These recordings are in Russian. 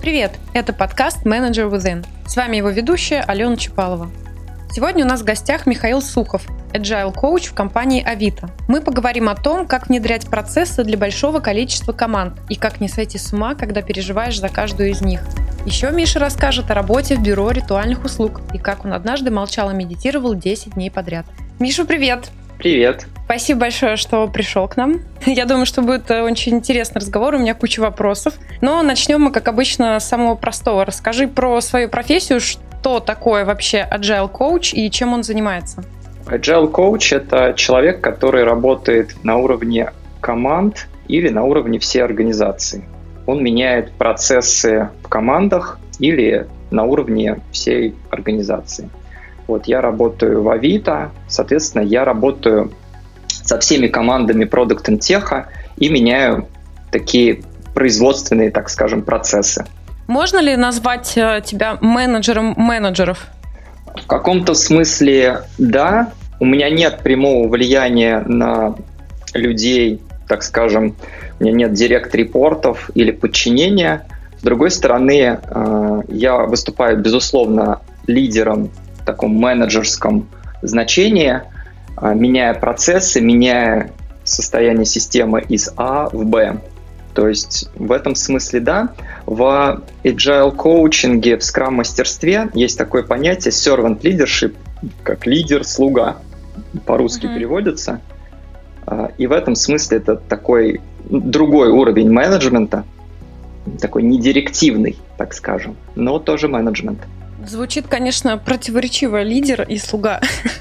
Привет! Это подкаст «Manager Within». С вами его ведущая Алена Чапалова. Сегодня у нас в гостях Михаил Сухов, Agile Coach в компании Авито. Мы поговорим о том, как внедрять процессы для большого количества команд и как не сойти с ума, когда переживаешь за каждую из них. Еще Миша расскажет о работе в бюро ритуальных услуг и как он однажды молчал и медитировал 10 дней подряд. Миша, привет! Привет! Спасибо большое, что пришел к нам. Я думаю, что будет очень интересный разговор, у меня куча вопросов. Но начнем мы, как обычно, с самого простого. Расскажи про свою профессию, что такое вообще Agile Coach и чем он занимается. Agile Coach — это человек, который работает на уровне команд или на уровне всей организации. Он меняет процессы в командах или на уровне всей организации. Вот я работаю в Авито, соответственно, я работаю со всеми командами Product and Tech и меняю такие производственные, так скажем, процессы. Можно ли назвать тебя менеджером менеджеров? В каком-то смысле да. У меня нет прямого влияния на людей, так скажем, у меня нет директ-репортов или подчинения. С другой стороны, я выступаю, безусловно, лидером в таком менеджерском значении, меняя процессы, меняя состояние системы из А в Б. То есть в этом смысле да. В agile коучинге, в скрам-мастерстве есть такое понятие servant leadership, как лидер-слуга, по-русски переводится. И в этом смысле это такой другой уровень менеджмента, такой недирективный, так скажем, но тоже менеджмент. Звучит, конечно, противоречиво, лидер и слуга.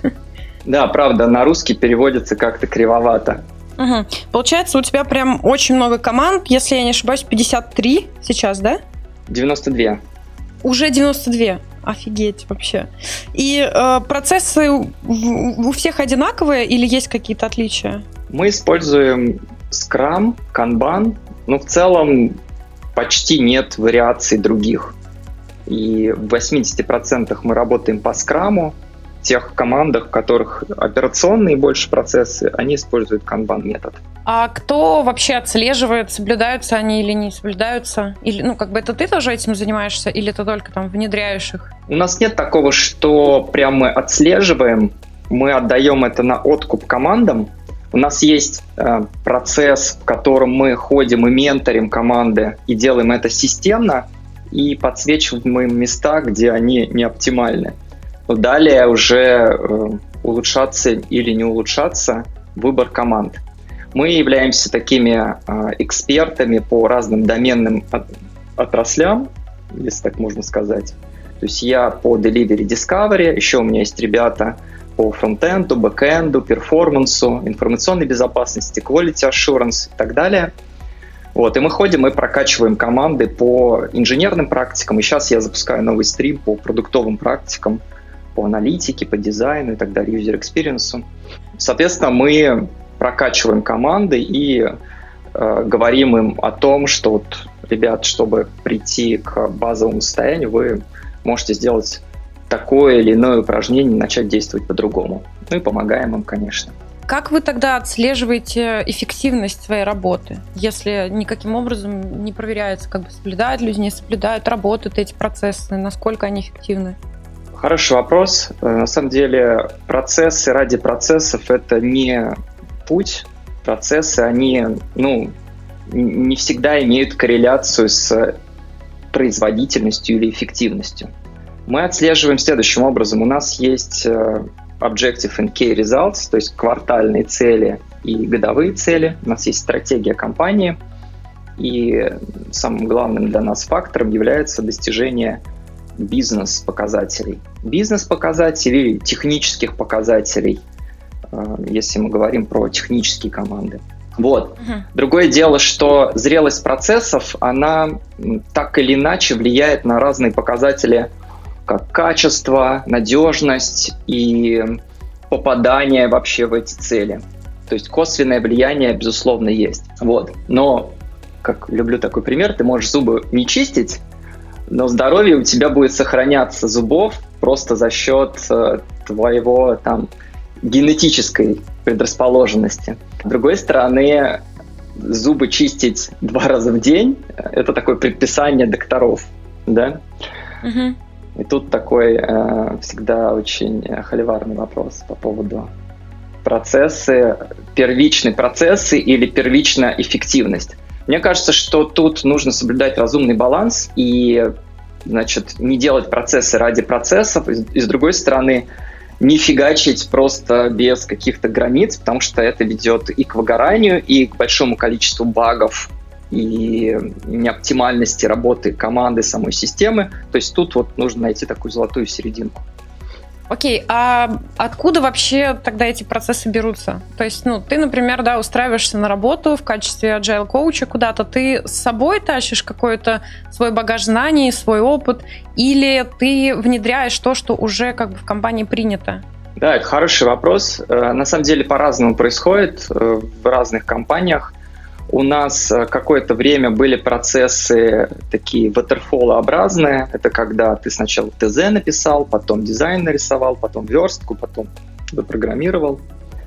Да, правда, на русский переводится как-то кривовато. Угу. Получается, у тебя прям очень много команд, если я не ошибаюсь, 53 сейчас, да? 92. Уже 92. Офигеть вообще. И процессы у всех одинаковые или есть какие-то отличия? Мы используем Scrum, Kanban, но в целом почти нет вариаций других. И в 80% мы работаем по Scrum. В тех командах, в которых операционные больше процессы, они используют Kanban метод. А кто вообще отслеживает, соблюдаются они или не соблюдаются? Или, это ты тоже этим занимаешься, или ты только там внедряешь их? У нас нет такого, что прям мы отслеживаем, мы отдаем это на откуп командам. У нас есть процесс, в котором мы ходим и менторим команды, и делаем это системно, и подсвечиваем места, где они не оптимальны. Но далее уже улучшаться или не улучшаться выбор команд. Мы являемся такими экспертами по разным доменным отраслям, если так можно сказать. То есть я по Delivery Discovery, еще у меня есть ребята по фронтенду, бэкенду, перформансу, информационной безопасности, quality assurance и так далее. Вот, и мы ходим и прокачиваем команды по инженерным практикам. И сейчас я запускаю новый стрим по продуктовым практикам, по аналитике, по дизайну и так далее, user experience. Соответственно, мы прокачиваем команды и говорим им о том, что вот, ребят, чтобы прийти к базовому состоянию, вы можете сделать такое или иное упражнение, начать действовать по-другому. Ну и помогаем им, конечно. Как вы тогда отслеживаете эффективность своей работы, если никаким образом не проверяется, соблюдают люди, не соблюдают, работают эти процессы, насколько они эффективны? Хороший вопрос. На самом деле процессы ради процессов — это не путь. Процессы, они не всегда имеют корреляцию с производительностью или эффективностью. Мы отслеживаем следующим образом. У нас есть Objective and Key Results, то есть квартальные цели и годовые цели. У нас есть стратегия компании. И самым главным для нас фактором является достижение бизнес-показателей. Бизнес-показателей, технических показателей, если мы говорим про технические команды. Вот. Другое дело, что зрелость процессов, она так или иначе влияет на разные показатели, как качество, надежность и попадание вообще в эти цели. То есть косвенное влияние, безусловно, есть. Вот. Но, как люблю такой пример, ты можешь зубы не чистить, но здоровье у тебя будет сохраняться зубов просто за счет твоего генетической предрасположенности. С другой стороны, зубы чистить 2 раза в день, это такое предписание докторов, да? И тут такой всегда очень холиварный вопрос по поводу первичные процессы или первичная эффективность. Мне кажется, что тут нужно соблюдать разумный баланс и, значит, не делать процессы ради процессов, и с другой стороны, не фигачить просто без каких-то границ, потому что это ведет и к выгоранию, и к большому количеству багов, и неоптимальности работы команды, самой системы. То есть тут вот нужно найти такую золотую серединку. Окей, а откуда вообще тогда эти процессы берутся? То есть, ты, например, устраиваешься на работу в качестве agile коуча куда-то, ты с собой тащишь какой-то свой багаж знаний, свой опыт, или ты внедряешь то, что уже как бы в компании принято? Да, это хороший вопрос. На самом деле по-разному происходит в разных компаниях. У нас какое-то время были процессы такие waterfall-образные. Это когда ты сначала ТЗ написал, потом дизайн нарисовал, потом верстку, потом запрограммировал.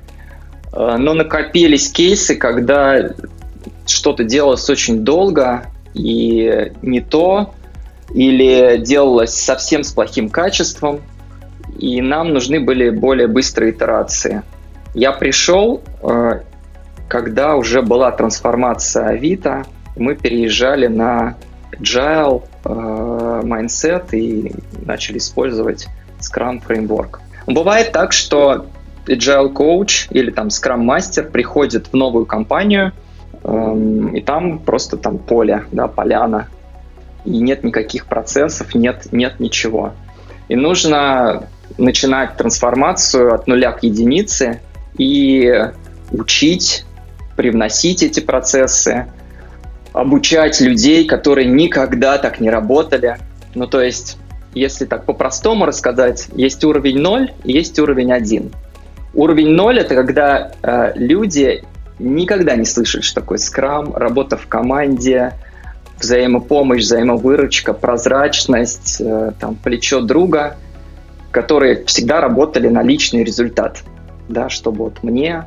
Но накопились кейсы, когда что-то делалось очень долго и не то, или делалось совсем с плохим качеством, и нам нужны были более быстрые итерации. Я пришел, когда уже была трансформация Авито, мы переезжали на agile mindset и начали использовать Scrum Framework. Бывает так, что agile coach или там Scrum Master приходит в новую компанию, и там просто поле, поляна, и нет никаких процессов, нет ничего. И нужно начинать трансформацию от нуля к единице и учить, привносить эти процессы, обучать людей, которые никогда так не работали. То есть, если так по-простому рассказать, есть уровень 0 и есть уровень 1. Уровень 0 — это когда люди никогда не слышали, что такое скрам, работа в команде, взаимопомощь, взаимовыручка, прозрачность, плечо друга, которые всегда работали на личный результат, чтобы вот мне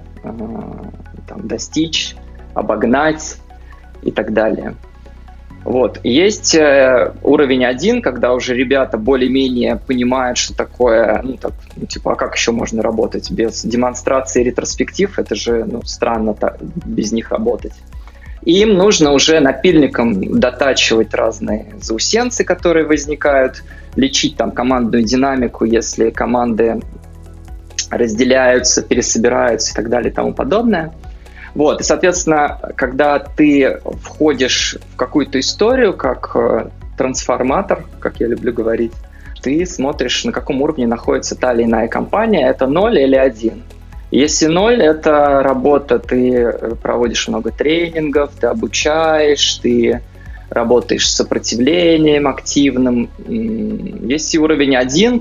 достичь, обогнать и так далее. Вот. Есть уровень 1, когда уже ребята более-менее понимают, что такое, а как еще можно работать без демонстрации ретроспектив, это же странно без них работать. И им нужно уже напильником дотачивать разные заусенцы, которые возникают, лечить командную динамику, если команды разделяются, пересобираются и так далее и тому подобное. Вот, и, соответственно, когда ты входишь в какую-то историю, как трансформатор, как я люблю говорить, ты смотришь, на каком уровне находится та или иная компания, это 0 или 1. Если 0 — это работа, ты проводишь много тренингов, ты обучаешь, ты работаешь с сопротивлением активным. Если уровень 1,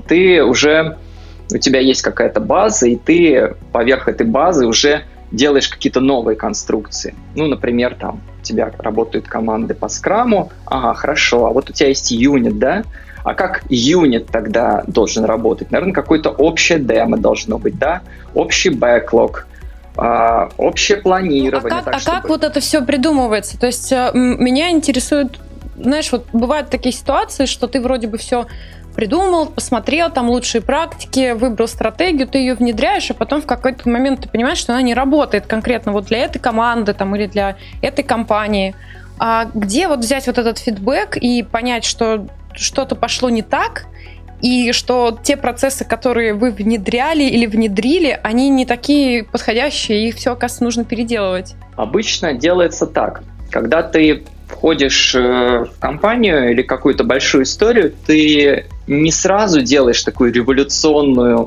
у тебя есть какая-то база, и ты поверх этой базы уже делаешь какие-то новые конструкции. Например, у тебя работают команды по скраму. Ага, хорошо, а вот у тебя есть юнит, да? А как юнит тогда должен работать? Наверное, какое-то общее демо должно быть, да? Общий бэклог, общее планирование. Как вот это все придумывается? То есть меня интересует, знаешь, вот бывают такие ситуации, что ты вроде бы все придумал, посмотрел лучшие практики, выбрал стратегию, ты ее внедряешь, а потом в какой-то момент ты понимаешь, что она не работает конкретно вот для этой команды или для этой компании. А где вот взять вот этот фидбэк и понять, что что-то пошло не так, и что те процессы, которые вы внедряли или внедрили, они не такие подходящие, и все, оказывается, нужно переделывать? Обычно делается так. Когда ты входишь в компанию или какую-то большую историю, ты не сразу делаешь такую революцию,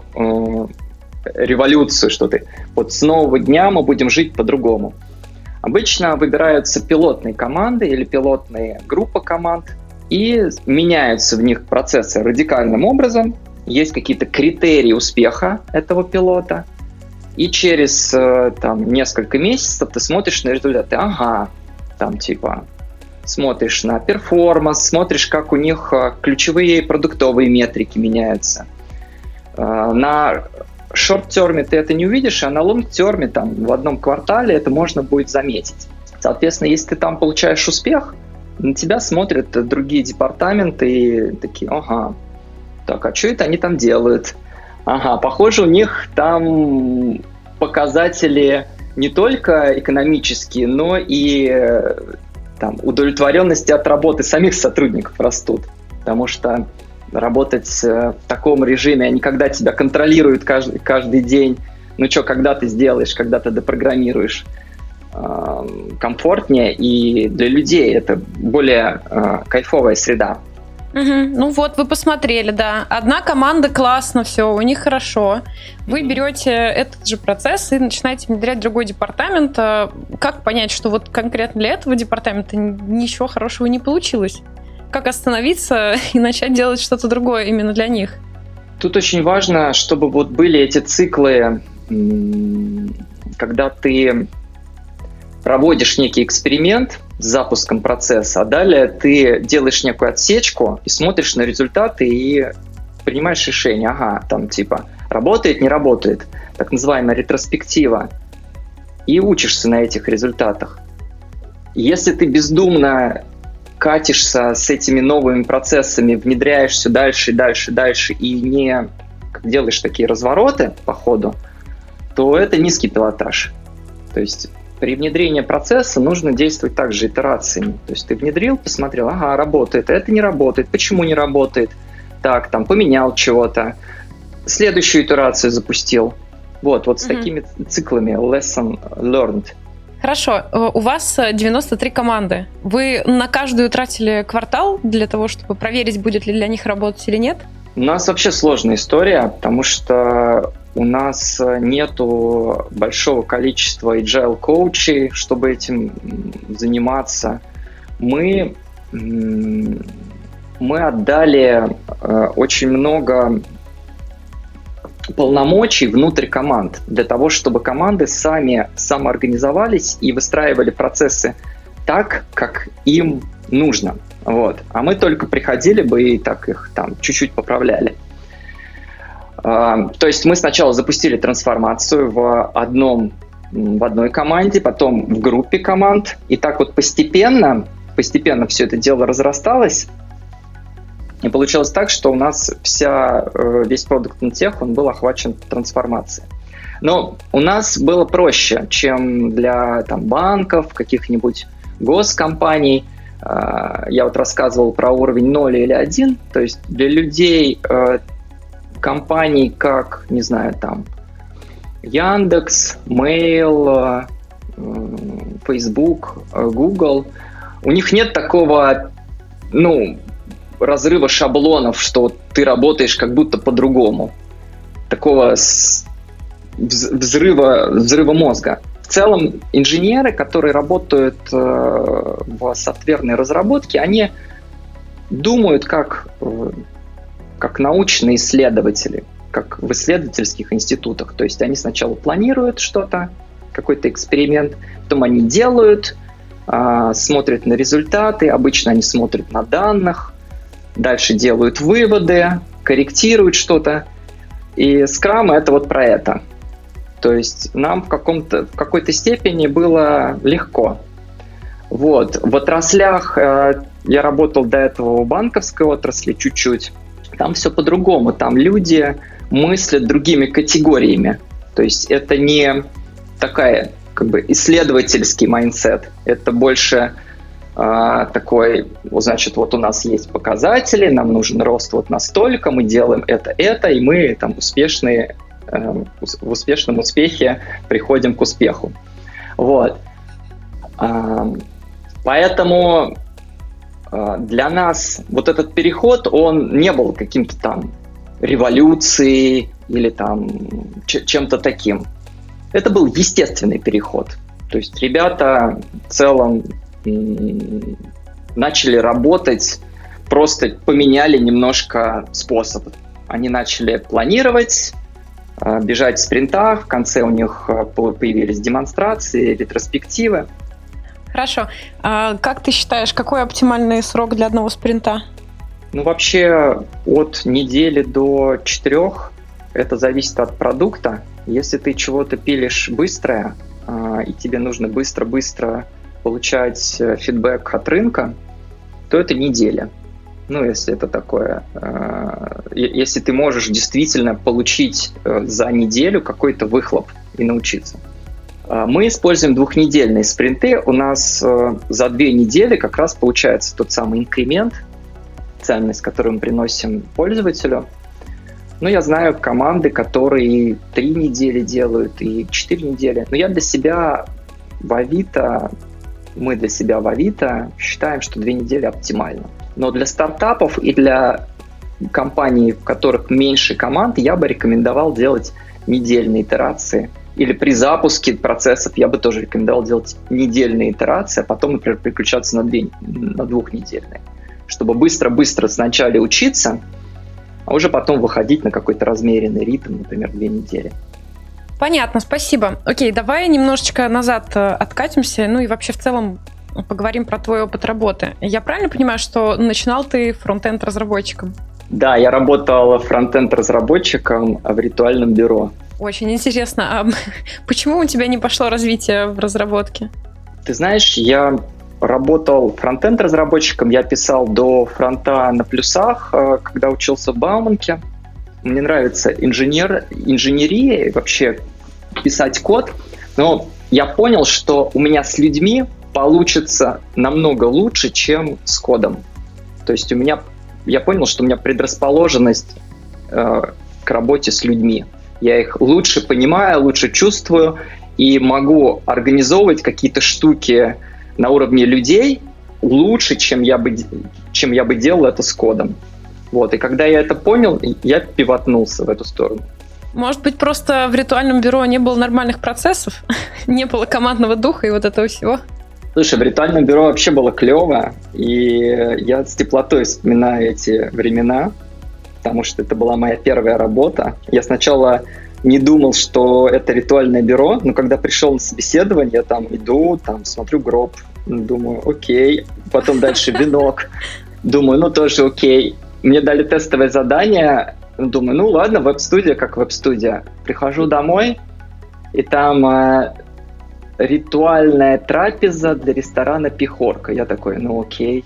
что ты вот с нового дня мы будем жить по-другому. Обычно выбираются пилотные команды или пилотные группы команд, и меняются в них процессы радикальным образом. Есть какие-то критерии успеха этого пилота, и через несколько месяцев ты смотришь на результаты. Ага, смотришь на перформанс, смотришь, как у них ключевые продуктовые метрики меняются. На шорт-терме ты это не увидишь, а на лонг-терме в одном квартале это можно будет заметить. Соответственно, если ты там получаешь успех, на тебя смотрят другие департаменты и такие: ага, так, а что это они там делают? Ага, похоже, у них там показатели не только экономические, но и там удовлетворенности от работы самих сотрудников растут. Потому что работать в таком режиме, они когда тебя контролируют каждый день, ну что, когда ты сделаешь, когда ты допрограммируешь, комфортнее, и для людей это более кайфовая среда. Ну вот, вы посмотрели, да. Одна команда, классно, все, у них хорошо. Вы берете этот же процесс и начинаете внедрять другой департамент. Как понять, что вот конкретно для этого департамента ничего хорошего не получилось? Как остановиться и начать делать что-то другое именно для них? Тут очень важно, чтобы вот были эти циклы, когда ты проводишь некий эксперимент с запуском процесса, а далее ты делаешь некую отсечку и смотришь на результаты и принимаешь решение. Ага, там типа работает, не работает, так называемая ретроспектива, и учишься на этих результатах. Если ты бездумно катишься с этими новыми процессами, внедряешь все дальше, дальше, дальше и не делаешь такие развороты по ходу, то это низкий пилотаж. То есть при внедрении процесса нужно действовать также итерациями. То есть ты внедрил, посмотрел, ага, работает, это не работает, почему не работает? Так, там, поменял чего-то, следующую итерацию запустил. Вот с такими циклами lesson learned. Хорошо, у вас 93 команды. Вы на каждую тратили квартал для того, чтобы проверить, будет ли для них работать или нет? У нас вообще сложная история, потому что у нас нету большого количества agile коучей, чтобы этим заниматься. Мы отдали очень много полномочий внутрь команд для того, чтобы команды сами самоорганизовались и выстраивали процессы так, как им нужно. Вот. А мы только приходили бы и так их там чуть-чуть поправляли. То есть мы сначала запустили трансформацию в одной команде, потом в группе команд, и так вот постепенно все это дело разрасталось, и получилось так, что у нас весь продуктный тех, он был охвачен трансформацией. Но у нас было проще, чем для банков, каких-нибудь госкомпаний. Я вот рассказывал про уровень 0 или 1, то есть для людей, компаний как, не знаю, Яндекс, Mail, Facebook, Google, у них нет такого, разрыва шаблонов, что ты работаешь как будто по-другому. Такого взрыва мозга. В целом, инженеры, которые работают в софтверной разработке, они думают как научные исследователи, как в исследовательских институтах. То есть они сначала планируют что-то, какой-то эксперимент, потом они делают, смотрят на результаты, обычно они смотрят на данных, дальше делают выводы, корректируют что-то. И Scrum — это вот про это. То есть нам в какой-то степени было легко. В отраслях, я работал до этого в банковской отрасли чуть-чуть, там все по-другому. Там люди мыслят другими категориями. То есть это не такая исследовательский майндсет. Это больше такой, значит, вот у нас есть показатели, нам нужен рост вот настолько, мы делаем это, и мы успешные, в успешном успехе приходим к успеху. Поэтому для нас вот этот переход, он не был каким-то революцией или чем-то таким. Это был естественный переход. То есть ребята в целом начали работать, просто поменяли немножко способ. Они начали планировать, бежать в спринтах, в конце у них появились демонстрации, ретроспективы. Хорошо. А как ты считаешь, какой оптимальный срок для одного спринта? Вообще от недели до 4, это зависит от продукта. Если ты чего-то пилишь быстрое, и тебе нужно быстро-быстро получать фидбэк от рынка, то это неделя. Если это такое, если ты можешь действительно получить за неделю какой-то выхлоп и научиться. Мы используем двухнедельные спринты. У нас за 2 недели как раз получается тот самый инкремент, ценность, которую мы приносим пользователю. Я знаю команды, которые 3 недели делают и 4 недели. Но я для себя мы для себя в Авито считаем, что 2 недели оптимально. Но для стартапов и для компаний, в которых меньше команд, я бы рекомендовал делать недельные итерации. Или при запуске процессов я бы тоже рекомендовал делать недельные итерации, а потом, например, переключаться на 2-недельные. Чтобы быстро-быстро сначала учиться, а уже потом выходить на какой-то размеренный ритм, например, 2 недели. Понятно, спасибо. Окей, давай немножечко назад откатимся, и вообще в целом поговорим про твой опыт работы. Я правильно понимаю, что начинал ты фронт-энд-разработчиком? Да, я работал фронт-энд-разработчиком в ритуальном бюро. Очень интересно. А почему у тебя не пошло развитие в разработке? Ты знаешь, я работал фронт-энд-разработчиком, я писал до фронта на плюсах, когда учился в Бауманке. Мне нравится инженерия и вообще писать код, но я понял, что у меня с людьми получится намного лучше, чем с кодом. То есть я понял, что у меня предрасположенность к работе с людьми. Я их лучше понимаю, лучше чувствую и могу организовывать какие-то штуки на уровне людей лучше, чем я бы делал это с кодом. И когда я это понял, я пивотнулся в эту сторону. Может быть, просто в ритуальном бюро не было нормальных процессов, не было командного духа и вот этого всего? Слушай, в ритуальном бюро вообще было клево, и я с теплотой вспоминаю эти времена, потому что это была моя первая работа. Я сначала не думал, что это ритуальное бюро, но когда пришел на собеседование, иду, смотрю гроб, думаю, окей, потом дальше венок, думаю, тоже окей. Мне дали тестовое задание, думаю, ладно, веб-студия как веб-студия. Прихожу домой, и там ритуальная трапеза для ресторана «Пехорка». Я такой, окей.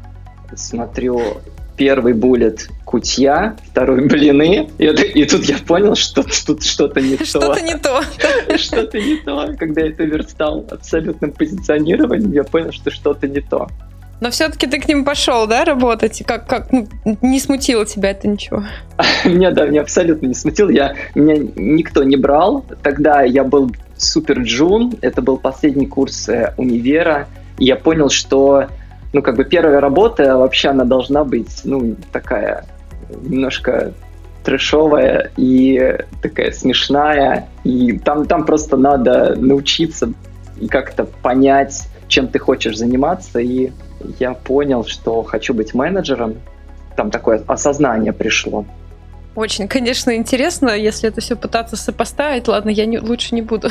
Смотрю, первый буллет – кутья, второй – блины. И тут я понял, что тут что-то не то. Что-то не то. Что-то не то. Когда я это верстал абсолютным позиционированием, я понял, что что-то не то. Но все-таки ты к ним пошел, да, работать? Как не смутило тебя это ничего? Меня абсолютно не смутило. Меня никто не брал. Тогда я был супер джун. Это был последний курс универа. И я понял, что первая работа вообще она должна быть такая немножко трэшовая и такая смешная. И там просто надо научиться и как-то понять, чем ты хочешь заниматься. И я понял, что хочу быть менеджером. Там такое осознание пришло. Очень, конечно, интересно, если это все пытаться сопоставить. Ладно, я лучше не буду.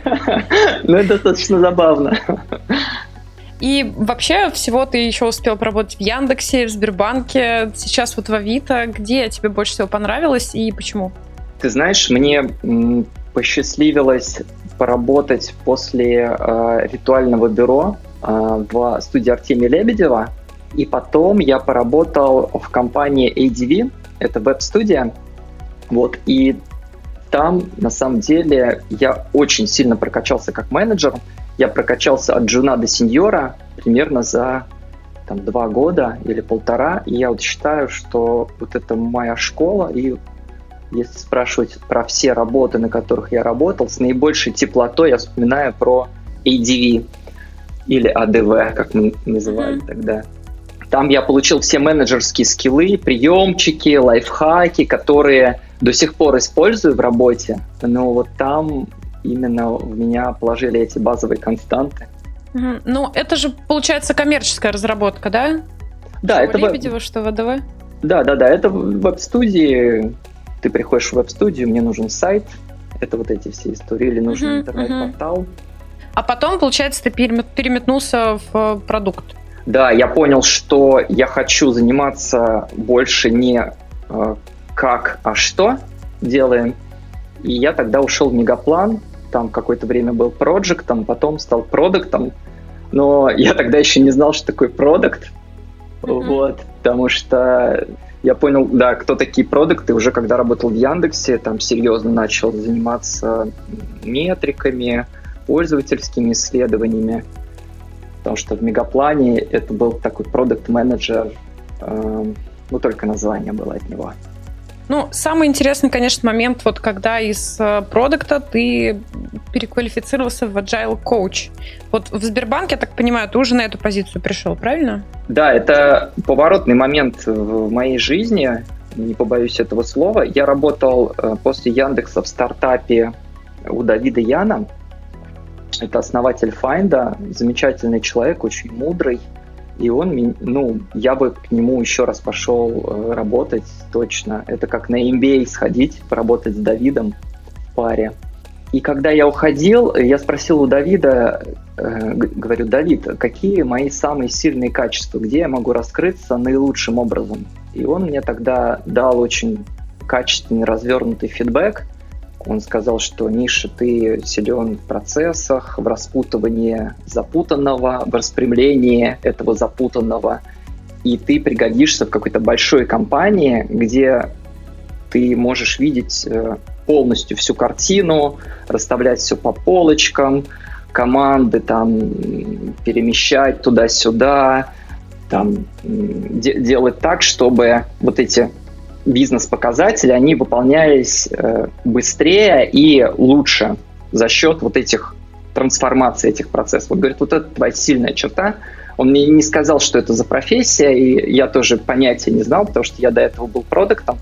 Это достаточно забавно. И вообще всего ты еще успел поработать в Яндексе, в Сбербанке, сейчас в Авито. Где тебе больше всего понравилось и почему? Ты знаешь, мне посчастливилось поработать после ритуального бюро в студии Артемия Лебедева, и потом я поработал в компании ADV, это веб-студия, и там, на самом деле, я очень сильно прокачался как менеджер, я прокачался от джуна до сеньора примерно за 2 года или 1,5, и я считаю, что это моя школа, и если спрашивать про все работы, на которых я работал, с наибольшей теплотой я вспоминаю про ADV, или АДВ, как мы называли тогда. Там я получил все менеджерские скиллы, приемчики, лайфхаки, которые до сих пор использую в работе. Но там именно в меня положили эти базовые константы. Это же, получается, коммерческая разработка, да? Да, что это Лебедева, что в АДВ? Да, это в веб-студии. Ты приходишь в веб-студию, мне нужен сайт. Это эти все истории, или нужен интернет-портал. А потом, получается, ты переметнулся в продукт. Да, я понял, что я хочу заниматься больше не как, а что делаем. И я тогда ушел в Мегаплан. Там какое-то время был проектом, потом стал продуктом. Но я тогда еще не знал, что такое продакт, вот, потому что я понял, да, кто такие продукты, уже когда работал в Яндексе, там серьезно начал заниматься метриками, пользовательскими исследованиями, потому что в Мегаплане это был такой продакт-менеджер, ну, только название было от него. Ну, самый интересный, конечно, момент, вот когда из продукта ты переквалифицировался в Agile Coach. Вот в Сбербанке, я так понимаю, ты уже на эту позицию пришел, правильно? Да, это поворотный момент в моей жизни, не побоюсь этого слова. Я работал после Яндекса в стартапе у Давида Яна. Это основатель Find, замечательный человек, очень мудрый. И он, ну, я бы к нему еще раз пошел работать точно. Это как на MBA сходить, поработать с Давидом в паре. И когда я уходил, я спросил у Давида, говорю, Давид, какие мои самые сильные качества, где я могу раскрыться наилучшим образом? И он мне тогда дал очень качественный, развернутый фидбэк. Он сказал, что, Миша, ты силен в процессах, в распутывании запутанного, в распрямлении этого запутанного, и ты пригодишься в какой-то большой компании, где ты можешь видеть полностью всю картину, расставлять все по полочкам, команды там перемещать туда-сюда, там делать так, чтобы вот эти бизнес-показатели, они выполнялись быстрее и лучше за счет вот этих трансформаций, этих процессов. Он говорит, вот это твоя сильная черта. Он мне не сказал, что это за профессия, и я тоже понятия не знал, потому что я до этого был продуктом.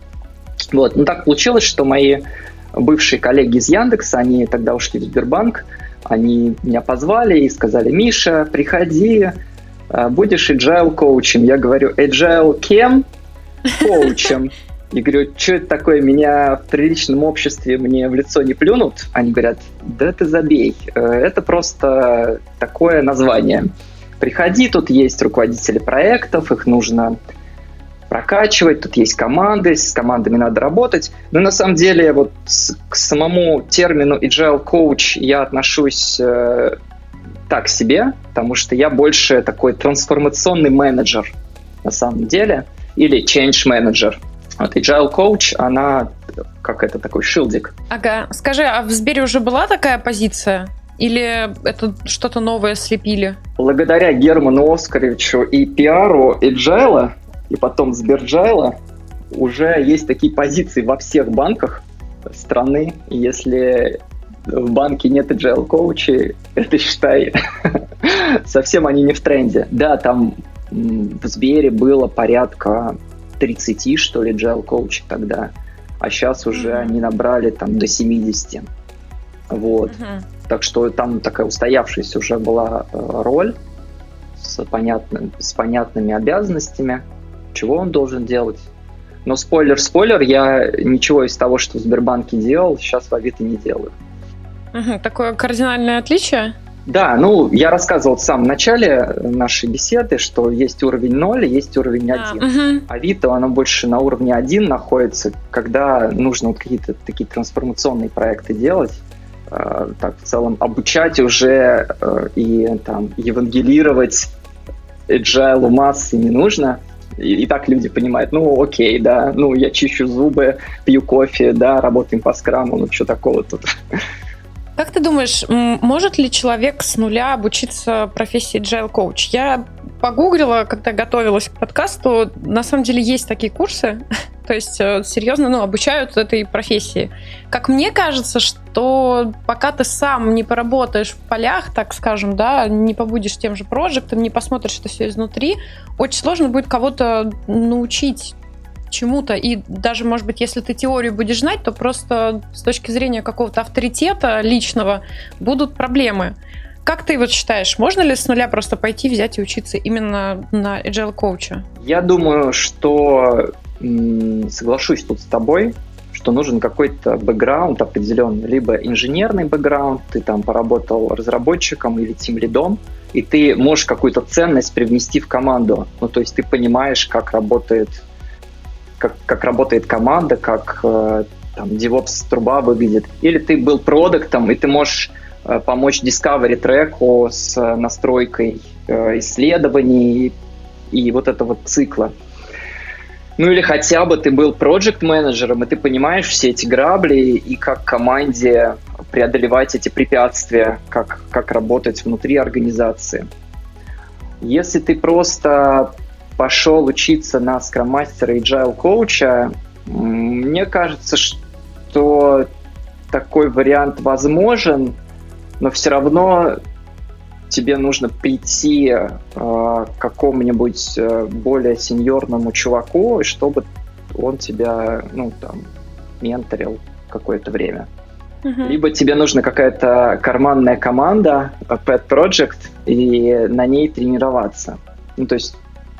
Вот. Но так получилось, что мои бывшие коллеги из Яндекса, они тогда ушли в Сбербанк, они меня позвали и сказали, Миша, приходи, будешь agile коучем. Я говорю, agile кем? Коучем. Я говорю, что это такое, меня в приличном обществе мне в лицо не плюнут? Они говорят, да ты забей, это просто такое название. Приходи, тут есть руководители проектов, их нужно прокачивать, тут есть команды, с командами надо работать. Но на самом деле вот к самому термину agile coach я отношусь так себе, потому что я больше такой трансформационный менеджер на самом деле. Или change manager. Вот Agile Coach, она как это такой шилдик. Ага. Скажи, а в Сбере уже была такая позиция? Или это что-то новое слепили? Благодаря Герману Оскаровичу и пиару Agile, и потом Сберджайла, уже есть такие позиции во всех банках страны. Если в банке нет Agile Coach, это, считай, совсем они не в тренде. Да, там в Сбере было порядка 30, что ли, agile коучей тогда, а сейчас уже они набрали там до 70. Вот. Так что там такая устоявшаяся уже была роль с понятными обязанностями, чего он должен делать. Но спойлер, я ничего из того, что в Сбербанке делал, сейчас в Авито не делаю. Такое кардинальное отличие? Да, ну, я рассказывал в самом начале нашей беседы, что есть уровень 0 и есть уровень 1. Авито, оно больше на уровне 1 находится, когда нужно вот какие-то такие трансформационные проекты делать, так в целом обучать уже и там евангелировать agile массы не нужно. И так люди понимают, ну окей, да, ну я чищу зубы, пью кофе, да, работаем по скраму, ну что такого тут. Как ты думаешь, может ли человек с нуля обучиться профессии Agile Coach? Я погуглила, когда готовилась к подкасту, на самом деле есть такие курсы, то есть серьезно, обучают этой профессии. Как мне кажется, что пока ты сам не поработаешь в полях, так скажем, да, не побудешь тем же проектом, не посмотришь это все изнутри, очень сложно будет кого-то научить чему-то, и даже, может быть, если ты теорию будешь знать, то просто с точки зрения какого-то авторитета личного будут проблемы. Как ты вот считаешь, можно ли с нуля просто пойти, взять и учиться именно на Agile коуча? Я думаю, что соглашусь тут с тобой, что нужен какой-то бэкграунд определенный, либо инженерный бэкграунд, ты там поработал разработчиком или тимлидом, и ты можешь какую-то ценность привнести в команду. Ну, то есть ты понимаешь, как работает команда, как там DevOps труба выглядит. Или ты был продуктом, и ты можешь помочь Discovery треку с настройкой исследований и вот этого цикла. Ну или хотя бы ты был проект-менеджером, и ты понимаешь все эти грабли и как команде преодолевать эти препятствия, как работать внутри организации. Если ты просто пошел учиться на скрам-мастера и agile-коуча, мне кажется, что такой вариант возможен, но все равно тебе нужно прийти к какому-нибудь более сеньорному чуваку, чтобы он тебя, менторил какое-то время. Либо тебе нужна какая-то карманная команда, pet project, и на ней тренироваться. То есть,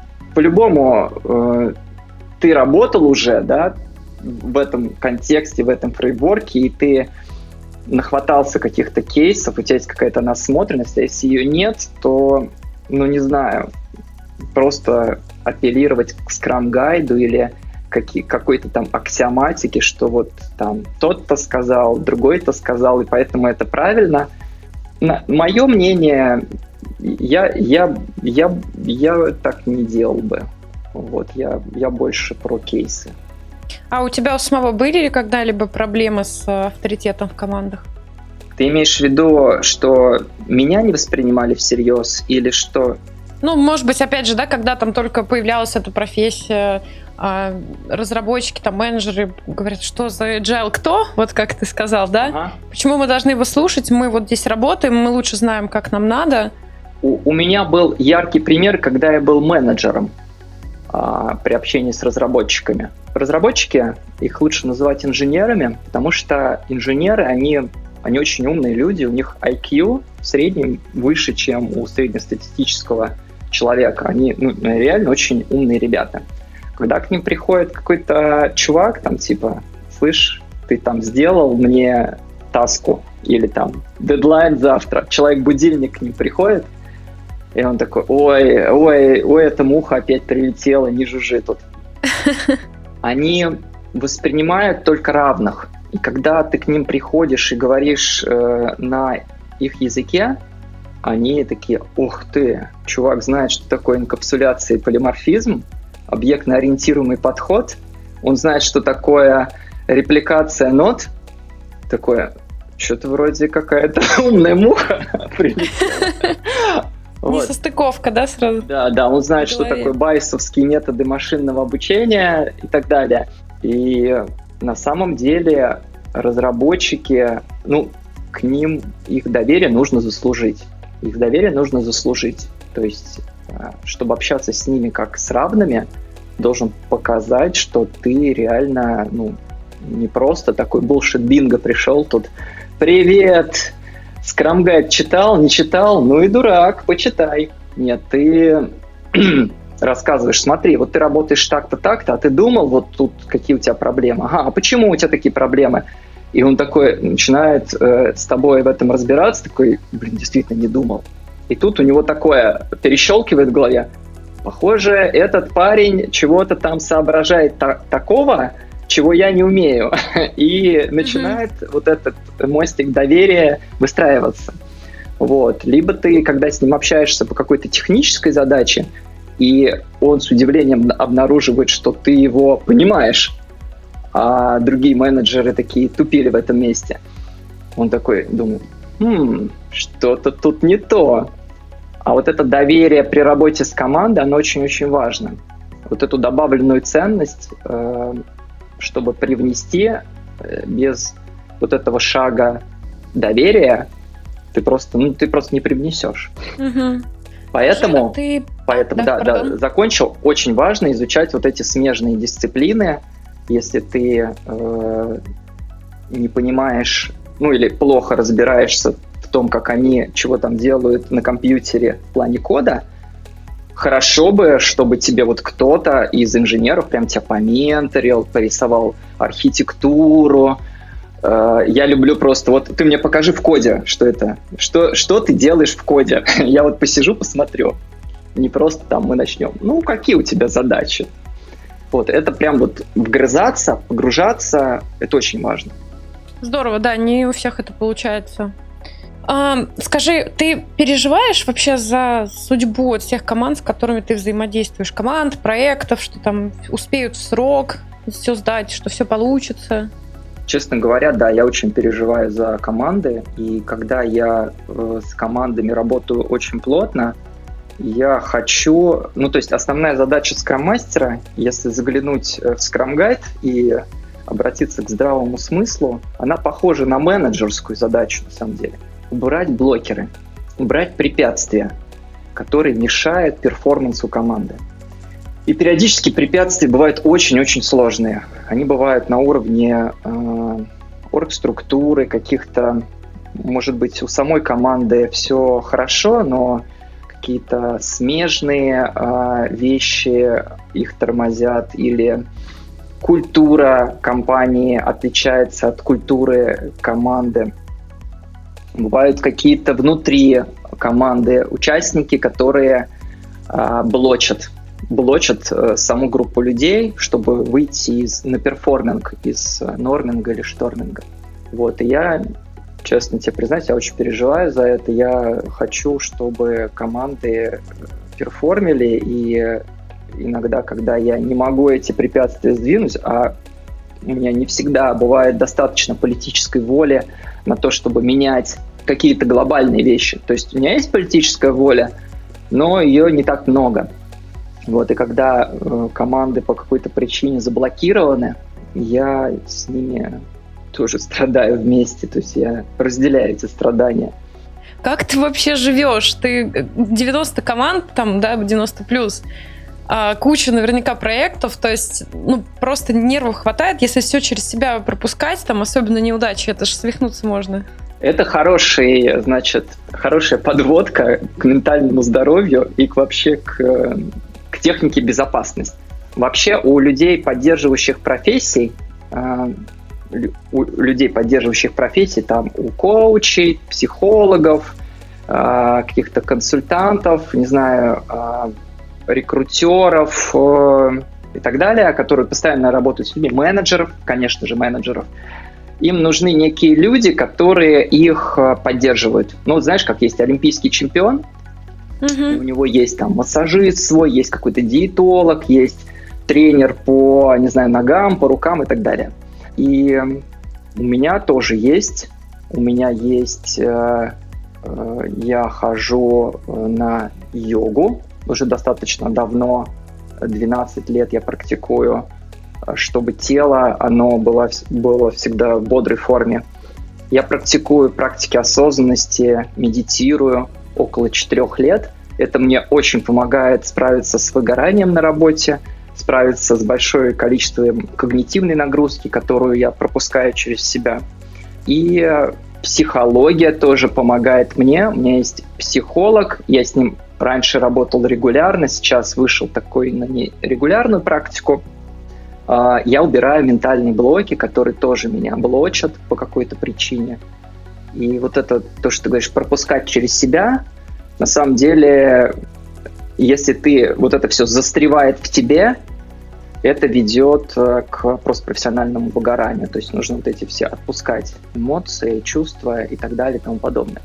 по-любому, ты работал уже, да, в этом контексте, в этом фреймворке, и ты нахватался каких-то кейсов, у тебя есть какая-то насмотренность, а если ее нет, то, не знаю, просто апеллировать к скрам-гайду или какой-то там аксиоматике, что вот там тот-то сказал, другой-то сказал, и поэтому это правильно. Мое мнение, я так не делал бы. Вот, я больше про кейсы. А у тебя у самого были ли когда-либо проблемы с авторитетом в командах? Ты имеешь в виду, что меня не воспринимали всерьез или что? Может быть, опять же, да, когда там только появлялась эта профессия, разработчики, там, менеджеры говорят, что за agile кто? Вот как ты сказал, да? Ага. Почему мы должны его слушать? Мы вот здесь работаем, мы лучше знаем, как нам надо. У меня был яркий пример, когда я был менеджером при общении с разработчиками. Разработчики, их лучше называть инженерами, потому что инженеры, они очень умные люди, у них IQ в среднем выше, чем у среднестатистического человека. Они реально очень умные ребята. Когда к ним приходит какой-то чувак, там типа, слышь, ты там сделал мне таску, или там дедлайн завтра, человек-будильник к ним приходит, и он такой, ой, эта муха опять прилетела, не жужжи тут. Они воспринимают только равных. И когда ты к ним приходишь и говоришь на их языке, они такие, ух ты, чувак знает, что такое инкапсуляция и полиморфизм, объектно-ориентируемый подход, он знает, что такое репликация нот, такое, что-то вроде какая-то умная муха прилетела. Несостыковка, да, сразу? Да, он знает, что такое байесовские методы машинного обучения и так далее. И на самом деле разработчики, к ним их доверие нужно заслужить. То есть, чтобы общаться с ними как с равными, должен показать, что ты реально, не просто такой bullshit-бинго пришел тут. Привет! Скрам-гайд читал, не читал? Ну и дурак, почитай. Нет, ты рассказываешь, смотри, вот ты работаешь так-то, так-то, а ты думал, вот тут какие у тебя проблемы? Ага, а почему у тебя такие проблемы? И он такой начинает с тобой в этом разбираться, такой, действительно не думал. И тут у него такое перещелкивает в голове. Похоже, этот парень чего-то там соображает такого, чего я не умею. И начинает вот этот мостик доверия выстраиваться. Вот. Либо ты, когда с ним общаешься по какой-то технической задаче, и он с удивлением обнаруживает, что ты его понимаешь, а другие менеджеры такие тупили в этом месте. Он такой думает, что-то тут не то. А вот это доверие при работе с командой, оно очень-очень важно. Вот эту добавленную ценность, чтобы привнести без вот этого шага доверия, ты просто не привнесешь. Поэтому, закончил, очень важно изучать вот эти смежные дисциплины. Если ты не понимаешь, или плохо разбираешься в том, как они чего там делают на компьютере в плане кода, хорошо бы, чтобы тебе вот кто-то из инженеров прям тебя поменторил, порисовал архитектуру. Я люблю просто, вот ты мне покажи в коде, что это, что ты делаешь в коде. Я вот посижу, посмотрю. Не просто там мы начнем. Какие у тебя задачи? Вот, это прям вот вгрызаться, погружаться, это очень важно. Здорово, да, не у всех это получается. Скажи, ты переживаешь вообще за судьбу всех команд, с которыми ты взаимодействуешь? Команд, проектов, что там успеют в срок все сдать, что все получится? Честно говоря, да, я очень переживаю за команды, и когда я с командами работаю очень плотно, я хочу... то есть основная задача скрам-мастера, если заглянуть в скрам-гайд и обратиться к здравому смыслу, она похожа на менеджерскую задачу, на самом деле. Убрать блокеры, убрать препятствия, которые мешают перформансу команды. И периодически препятствия бывают очень-очень сложные. Они бывают на уровне оргструктуры, каких-то, может быть, у самой команды все хорошо, но какие-то смежные вещи их тормозят, или культура компании отличается от культуры команды. Бывают какие-то внутри команды участники, которые блочат саму группу людей, чтобы выйти на перформинг из норминга или шторминга. И я, честно тебе признаюсь, я очень переживаю за это. Я хочу, чтобы команды перформили, и иногда, когда я не могу эти препятствия сдвинуть, а у меня не всегда бывает достаточно политической воли на то, чтобы менять какие-то глобальные вещи. То есть у меня есть политическая воля, но ее не так много. И когда команды по какой-то причине заблокированы, я с ними тоже страдаю вместе, то есть я разделяю эти страдания. Как ты вообще живешь? Ты 90 команд, 90 плюс, куча наверняка проектов, то есть просто нервов хватает, если все через себя пропускать, особенно неудачи, это же свихнуться можно. Это хорошая подводка к ментальному здоровью и к технике безопасности. Вообще у людей, поддерживающих профессий, у коучей, психологов, каких-то консультантов, рекрутеров и так далее, которые постоянно работают с людьми, менеджеров, им нужны некие люди, которые их поддерживают. Знаешь, как есть олимпийский чемпион, у него есть массажист свой, есть какой-то диетолог, есть тренер по, ногам, по рукам и так далее. И у меня тоже есть. Я хожу на йогу уже достаточно давно, 12 лет я практикую, чтобы тело, оно было всегда в бодрой форме. Я практикую практики осознанности, медитирую около 4 лет. Это мне очень помогает справиться с выгоранием на работе, справиться с большим количеством когнитивной нагрузки, которую я пропускаю через себя. И психология тоже помогает мне. У меня есть психолог, я с ним раньше работал регулярно, сейчас вышел такой на нерегулярную практику. Я убираю ментальные блоки, которые тоже меня блочат по какой-то причине. И это, то, что ты говоришь, пропускать через себя, на самом деле, если ты это все застревает в тебе, это ведет к просто профессиональному выгоранию. То есть нужно эти все отпускать эмоции, чувства и так далее и тому подобное.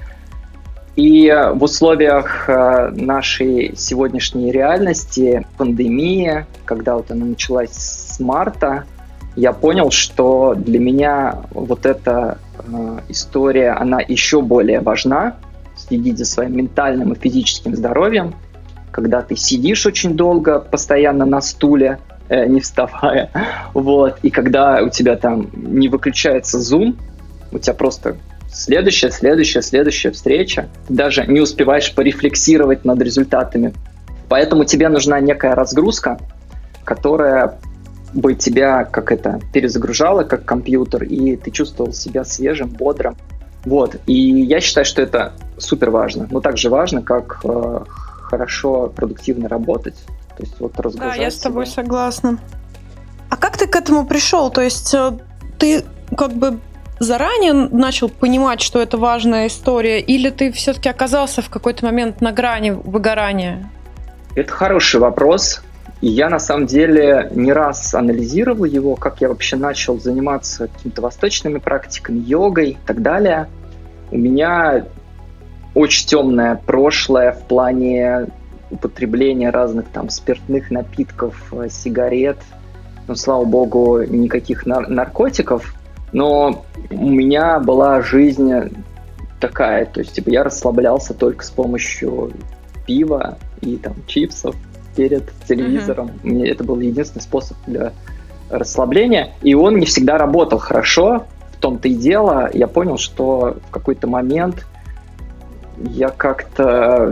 И в условиях нашей сегодняшней реальности, пандемии, когда она началась с марта, я понял, что для меня эта история, она еще более важна. Следить за своим ментальным и физическим здоровьем, когда ты сидишь очень долго, постоянно на стуле, не вставая, и когда у тебя не выключается Zoom, у тебя просто следующая встреча, ты даже не успеваешь порефлексировать над результатами. Поэтому тебе нужна некая разгрузка, которая бы тебя перезагружала, как компьютер, и ты чувствовал себя свежим, бодрым. И я считаю, что это супер важно. Но так же важно, как хорошо, продуктивно работать. То есть разгружать. Да, я с тобой согласна. А как ты к этому пришел? То есть ты заранее начал понимать, что это важная история, или ты все-таки оказался в какой-то момент на грани выгорания? Это хороший вопрос. И я, на самом деле, не раз анализировал его, как я вообще начал заниматься какими-то восточными практиками, йогой и так далее. У меня очень темное прошлое в плане употребления разных там спиртных напитков, сигарет. Ну, слава богу, никаких наркотиков. Но у меня была жизнь такая, то есть типа я расслаблялся только с помощью пива и там чипсов перед телевизором. Мне это был единственный способ для расслабления, и он не всегда работал хорошо. В том-то и дело, я понял, что в какой-то момент я как-то,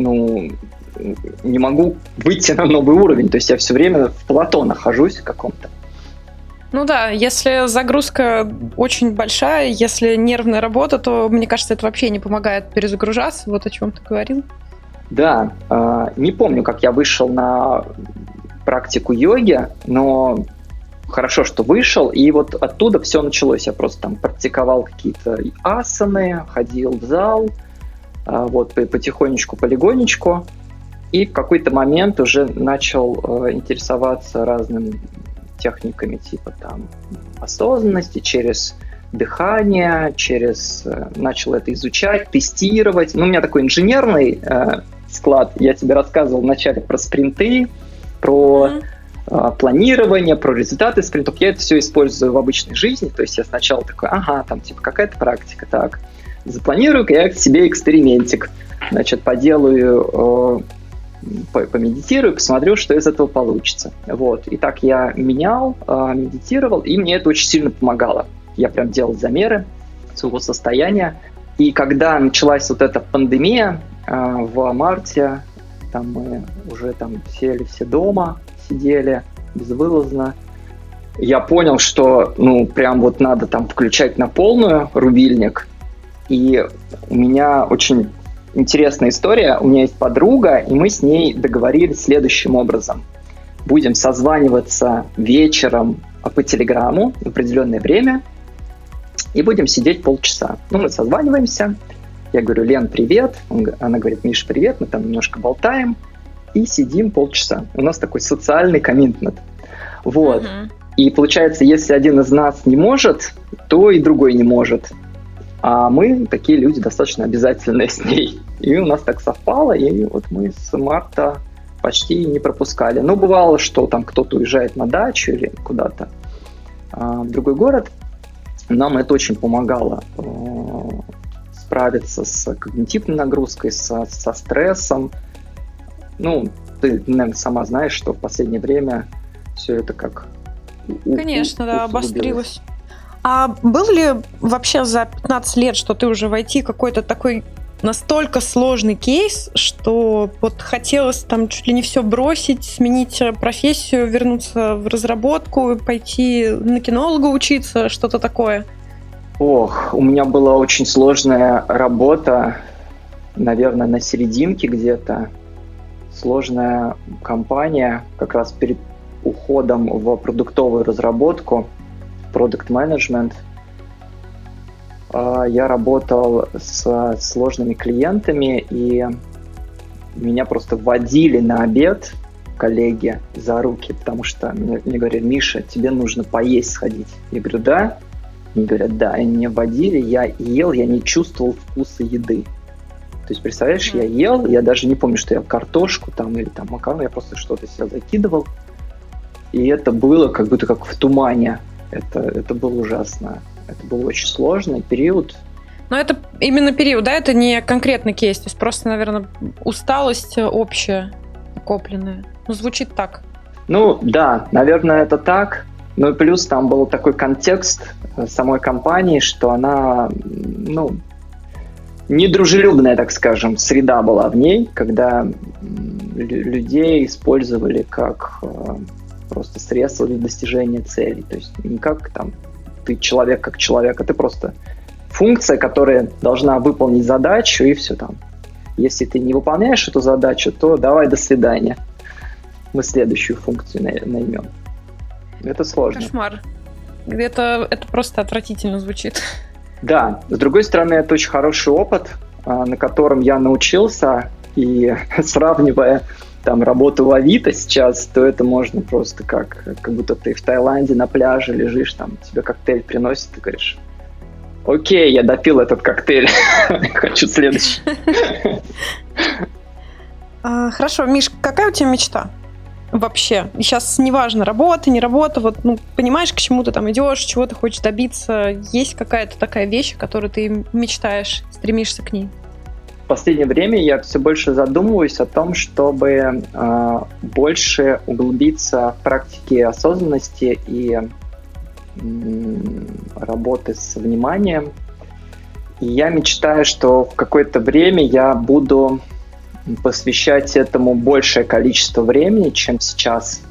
не могу выйти на новый уровень, то есть я все время в плато нахожусь в каком-то. Ну да, если загрузка очень большая, если нервная работа, то, мне кажется, это вообще не помогает перезагружаться, вот о чем ты говорил. Да, не помню, как я вышел на практику йоги, но хорошо, что вышел, и вот оттуда все началось. Я просто там практиковал какие-то асаны, ходил в зал, вот потихонечку, полигонечку, и в какой-то момент уже начал интересоваться разными техниками типа там осознанности, через дыхание, начал это изучать, тестировать. Ну, у меня такой инженерный склад. Я тебе рассказывал вначале про спринты, про планирование, про результаты спринтов. Я это все использую в обычной жизни. То есть я сначала такой, там типа какая-то практика, так, запланирую-ка я себе экспериментик. Значит, поделаю, помедитирую, посмотрю, что из этого получится. Вот. И так я менял, медитировал, и мне это очень сильно помогало. Я прям делал замеры своего состояния. И когда началась вот эта пандемия в марте, там мы уже там сели все дома, сидели безвылазно, я понял, что прям вот надо там включать на полную рубильник. И у меня очень интересная история. У меня есть подруга, и мы с ней договорились следующим образом. Будем созваниваться вечером по телеграмму в определенное время и будем сидеть полчаса. Мы созваниваемся. Я говорю: Лен, привет. Она говорит: Миша, привет. Мы там немножко болтаем и сидим полчаса. У нас такой социальный коммитмент. Вот. И получается, если один из нас не может, то и другой не может. А мы такие люди достаточно обязательные с ней. И у нас так совпало, и вот мы с марта почти не пропускали. Но бывало, что там кто-то уезжает на дачу или куда-то в другой город. Нам это очень помогало справиться с когнитивной нагрузкой, со стрессом. Ты, наверное, сама знаешь, что в последнее время все это как... Конечно, да, обострилось. А был ли вообще за 15 лет, что ты уже в IT, какой-то такой настолько сложный кейс, что вот хотелось там чуть ли не все бросить, сменить профессию, вернуться в разработку, пойти на кинолога учиться, что-то такое? Ох, у меня была очень сложная работа, наверное, на серединке где-то. Сложная компания, как раз перед уходом в продуктовую разработку, продакт-менеджмент. Я работал с сложными клиентами, и меня просто водили на обед коллеги за руки, потому что мне говорили: Миша, тебе нужно поесть сходить. Я говорю: да? Они говорят: да. И меня водили, я ел, я не чувствовал вкуса еды. То есть, представляешь, я ел, я даже не помню, что я картошку там или там макароны, я просто что-то себя закидывал. И это было как будто как в тумане. Это было ужасно. Это был очень сложный период. Но это именно период, да? Это не конкретный кейс. То есть просто, наверное, усталость общая, накопленная. Звучит так. Да, наверное, это так. Ну и плюс там был такой контекст самой компании, что она, недружелюбная, так скажем, среда была в ней, когда людей использовали как просто средство для достижения целей. То есть не как там ты человек как человек, а ты просто функция, которая должна выполнить задачу, и все там. Если ты не выполняешь эту задачу, то давай, до свидания. Мы следующую функцию наймем. Это сложно. Кошмар. Это просто отвратительно звучит. Да. С другой стороны, это очень хороший опыт, на котором я научился, и сравнивая там работу в Авито сейчас, то это можно просто как будто ты в Таиланде на пляже лежишь, там тебе коктейль приносят, ты говоришь: окей, я допил этот коктейль, хочу следующий. Хорошо, Миш, какая у тебя мечта вообще? Сейчас неважно, работа, не работа, вот, понимаешь, к чему ты там идешь, чего ты хочешь добиться? Есть какая-то такая вещь, о которой ты мечтаешь, стремишься к ней? В последнее время я все больше задумываюсь о том, чтобы больше углубиться в практике осознанности и работы с вниманием. И я мечтаю, что в какое-то время я буду посвящать этому большее количество времени, чем сейчас.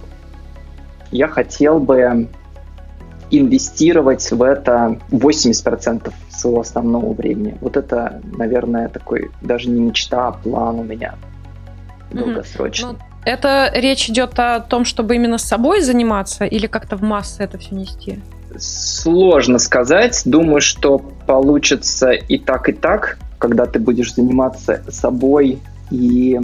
Я хотел бы инвестировать в это 80% своего основного времени. Вот это, наверное, такой даже не мечта, а план у меня долгосрочный. Это речь идет о том, чтобы именно с собой заниматься или как-то в массы это все нести? Сложно сказать. Думаю, что получится и так, когда ты будешь заниматься собой, и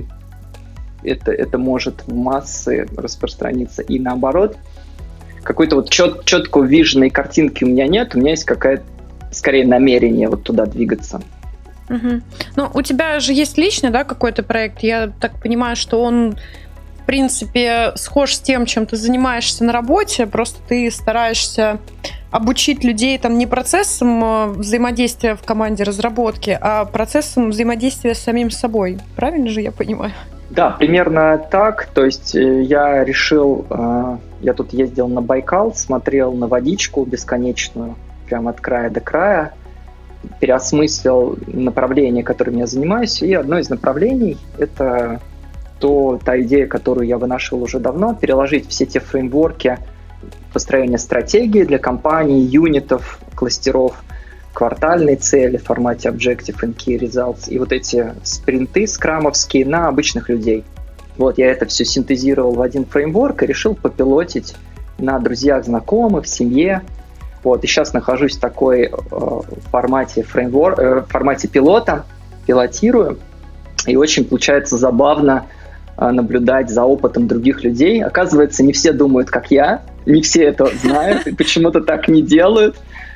это может в массы распространиться. И наоборот, какой-то вот четко увиженной картинки у меня нет, у меня есть какая-то, скорее, намерение вот туда двигаться. Угу. Ну, у тебя же есть личный, да, какой-то проект. Я так понимаю, что он, в принципе, схож с тем, чем ты занимаешься на работе, просто ты стараешься обучить людей там не процессом взаимодействия в команде разработки, а процессом взаимодействия с самим собой. Правильно же я понимаю? Да, примерно так. То есть я решил, я тут ездил на Байкал, смотрел на водичку бесконечную, прямо от края до края, переосмыслил направление, которым я занимаюсь, и одно из направлений — это та идея, которую я вынашивал уже давно, переложить все те фреймворки построения стратегии для компаний, юнитов, кластеров, квартальные цели в формате Objective and Key Results и вот эти спринты скрамовские на обычных людей. Вот я это все синтезировал в один фреймворк и решил попилотить на друзьях, знакомых, в семье. Вот, и сейчас нахожусь в такой формате пилота, пилотирую, и очень получается забавно наблюдать за опытом других людей. Оказывается, не все думают, как я, не все это знают и почему-то так не делают.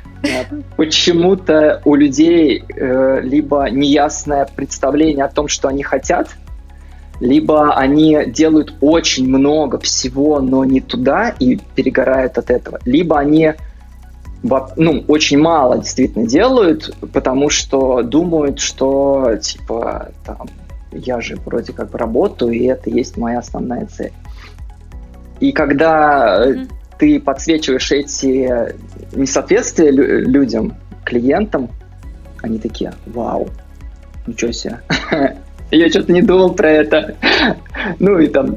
Почему-то у людей либо неясное представление о том, что они хотят, либо они делают очень много всего, но не туда и перегорают от этого, либо они очень мало действительно делают, потому что думают, что типа там я же вроде как работаю, и это есть моя основная цель. И когда ты подсвечиваешь эти несоответствия людям, клиентам, они такие: вау, ничего себе, я что-то не думал про это. Ну и там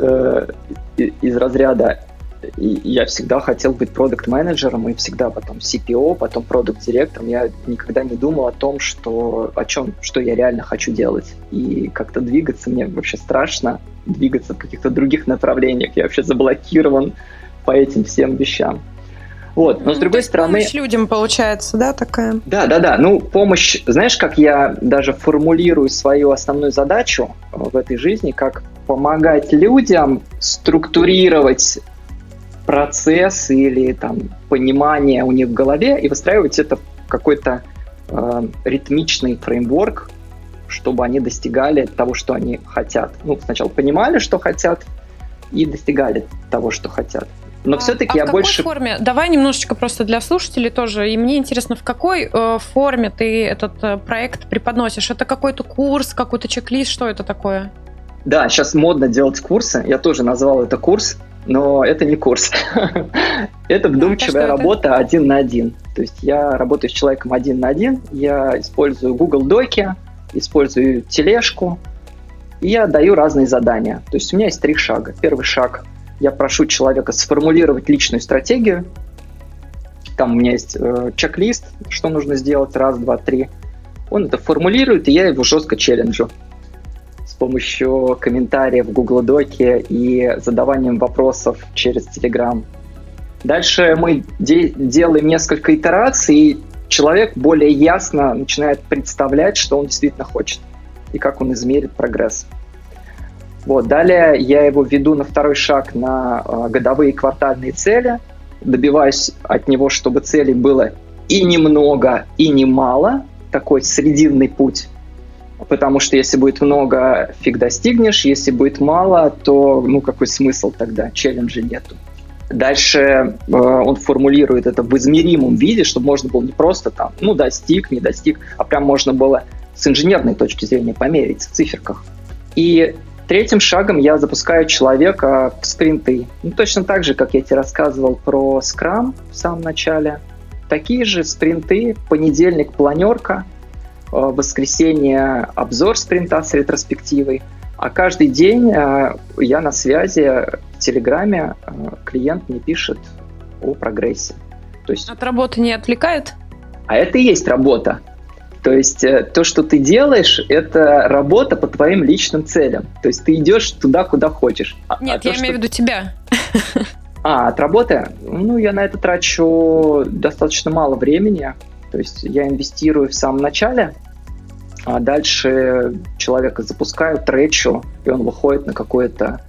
из разряда я всегда хотел быть продакт-менеджером, и всегда потом CPO, потом продакт-директором. Я никогда не думал о том, что я реально хочу делать. И как-то двигаться, мне вообще страшно двигаться в каких-то других направлениях. Я вообще заблокирован по этим всем вещам. Вот, но с другой стороны... Помощь людям получается, да, такая? Да. Ну, помощь... Знаешь, как я даже формулирую свою основную задачу в этой жизни, как помогать людям структурировать процесс или там понимание у них в голове и выстраивать это в какой-то ритмичный фреймворк, чтобы они достигали того, что они хотят. Ну, сначала понимали, что хотят, и достигали того, что хотят. Но все-таки я больше... в какой форме? Давай немножечко просто для слушателей тоже. И мне интересно, в какой форме ты этот проект преподносишь? Это какой-то курс, какой-то чек-лист? Что это такое? Да, сейчас модно делать курсы. Я тоже назвал это курс, но это не курс. Это вдумчивая работа 1 на 1. То есть я работаю с человеком 1 на 1. Я использую Google Доки, использую тележку, и я даю разные задания. То есть у меня есть 3 шага. Первый шаг — я прошу человека сформулировать личную стратегию. Там у меня есть чек-лист, что нужно сделать, 1, 2, 3. Он это формулирует, и я его жестко челленджу с помощью комментариев в Google Доке и задаванием вопросов через Telegram. Дальше мы делаем несколько итераций, и человек более ясно начинает представлять, что он действительно хочет и как он измерит прогресс. Вот. Далее я его веду на второй шаг на годовые квартальные цели, добиваюсь от него, чтобы целей было и немного, и немало, такой срединный путь. Потому что если будет много, фиг достигнешь, если будет мало, то какой смысл тогда, челленджа нету. Дальше он формулирует это в измеримом виде, чтобы можно было не просто там, достиг, не достиг, а прям можно было с инженерной точки зрения померить в циферках. И третьим шагом я запускаю человека в спринты. Точно так же, как я тебе рассказывал про Scrum в самом начале. Такие же спринты, понедельник планерка, воскресенье обзор спринта с ретроспективой, а каждый день я на связи в Телеграме, клиент мне пишет о прогрессе. То есть, от работы не отвлекает? А это и есть работа. То есть то, что ты делаешь, это работа по твоим личным целям. То есть ты идешь туда, куда хочешь. Нет, я имею в виду тебя. От работы? Я на это трачу достаточно мало времени. То есть я инвестирую в самом начале, а дальше человека запускаю, тречу, и он выходит на какой-то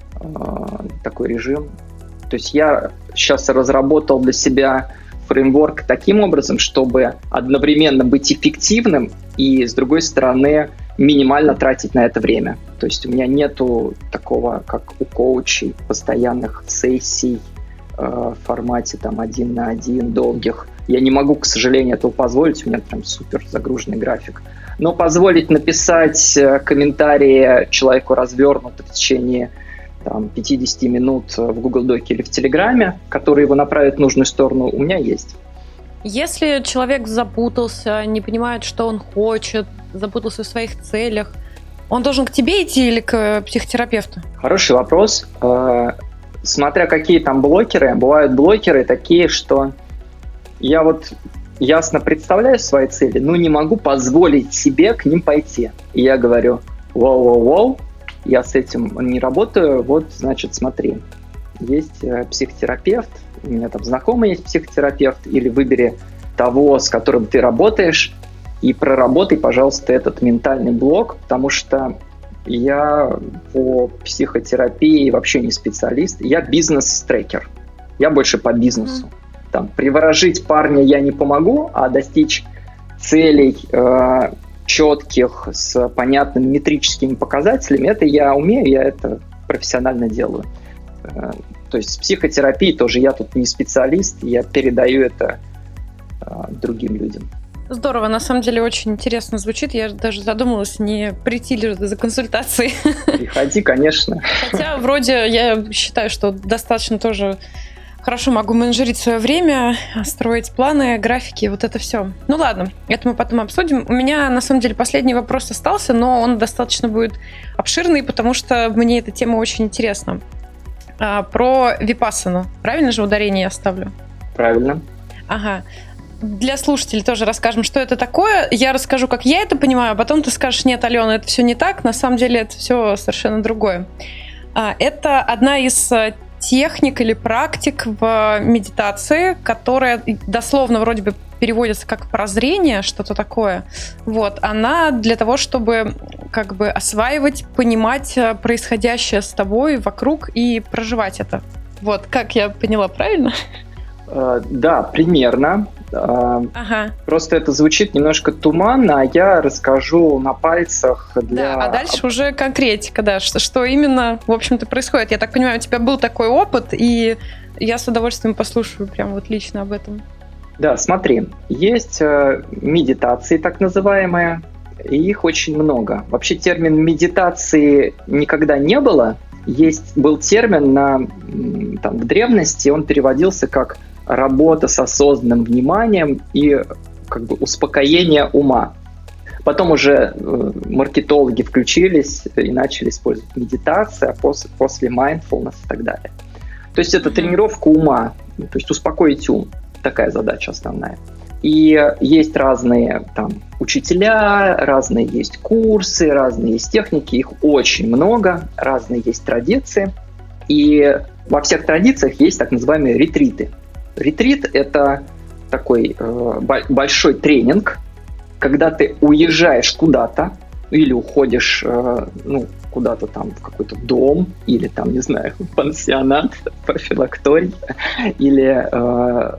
такой режим. То есть я сейчас разработал для себя фреймворк таким образом, чтобы одновременно быть эффективным и, с другой стороны, минимально тратить на это время. То есть у меня нету такого, как у коучей, постоянных сессий в формате 1 на 1, долгих. Я не могу, к сожалению, этого позволить, у меня прям супер загруженный график. Но позволить написать комментарии человеку развернуто в течение 50 минут в Google Доке или в Телеграме, которые его направят в нужную сторону, у меня есть. Если человек запутался, не понимает, что он хочет, запутался в своих целях, он должен к тебе идти или к психотерапевту? Хороший вопрос. Смотря какие там блокеры. Бывают блокеры такие, что я ясно представляю свои цели, но не могу позволить себе к ним пойти. И я говорю: воу, я с этим не работаю, значит, смотри, есть психотерапевт, у меня там знакомый есть психотерапевт, или выбери того, с которым ты работаешь, и проработай, пожалуйста, этот ментальный блок, потому что я по психотерапии вообще не специалист, я бизнес-трекер, я больше по бизнесу. Приворожить парня я не помогу, а достичь целей четких, с понятными метрическими показателями, это я умею, я это профессионально делаю. То есть с психотерапией тоже я тут не специалист, я передаю это другим людям. Здорово, на самом деле очень интересно звучит. Я даже задумалась, не прийти ли за консультацией. Приходи, конечно. Хотя вроде я считаю, что достаточно тоже хорошо могу менеджерить свое время, строить планы, графики, вот это все. Ну ладно, это мы потом обсудим. У меня, на самом деле, последний вопрос остался, но он достаточно будет обширный, потому что мне эта тема очень интересна. Про випассану. Правильно же ударение я ставлю? Правильно. Ага. Для слушателей тоже расскажем, что это такое. Я расскажу, как я это понимаю, а потом ты скажешь: нет, Алена, это все не так, на самом деле это все совершенно другое. Это одна из техник или практик в медитации, которая дословно вроде бы переводится как прозрение, что-то такое. Она для того, чтобы осваивать, понимать происходящее с тобой вокруг и проживать это. Как я поняла, правильно? Да, примерно. Ага. Просто это звучит немножко туманно, а я расскажу на пальцах. Да, а дальше уже конкретика, да, что именно, в общем-то, происходит. Я так понимаю, у тебя был такой опыт, и я с удовольствием послушаю прям лично об этом. Да, смотри, есть медитации так называемые, и их очень много. Вообще термин медитации никогда не было. Был термин в древности, он переводился как работа с осознанным вниманием и успокоение ума. Потом уже маркетологи включились и начали использовать медитацию, а после mindfulness и так далее. То есть это тренировка ума, то есть успокоить ум. Такая задача основная. И есть разные учителя, разные есть курсы, разные есть техники, их очень много, разные есть традиции. И во всех традициях есть так называемые ретриты. Ретрит – это такой большой тренинг, когда ты уезжаешь куда-то или уходишь куда-то в какой-то дом или пансионат, профилакторий, или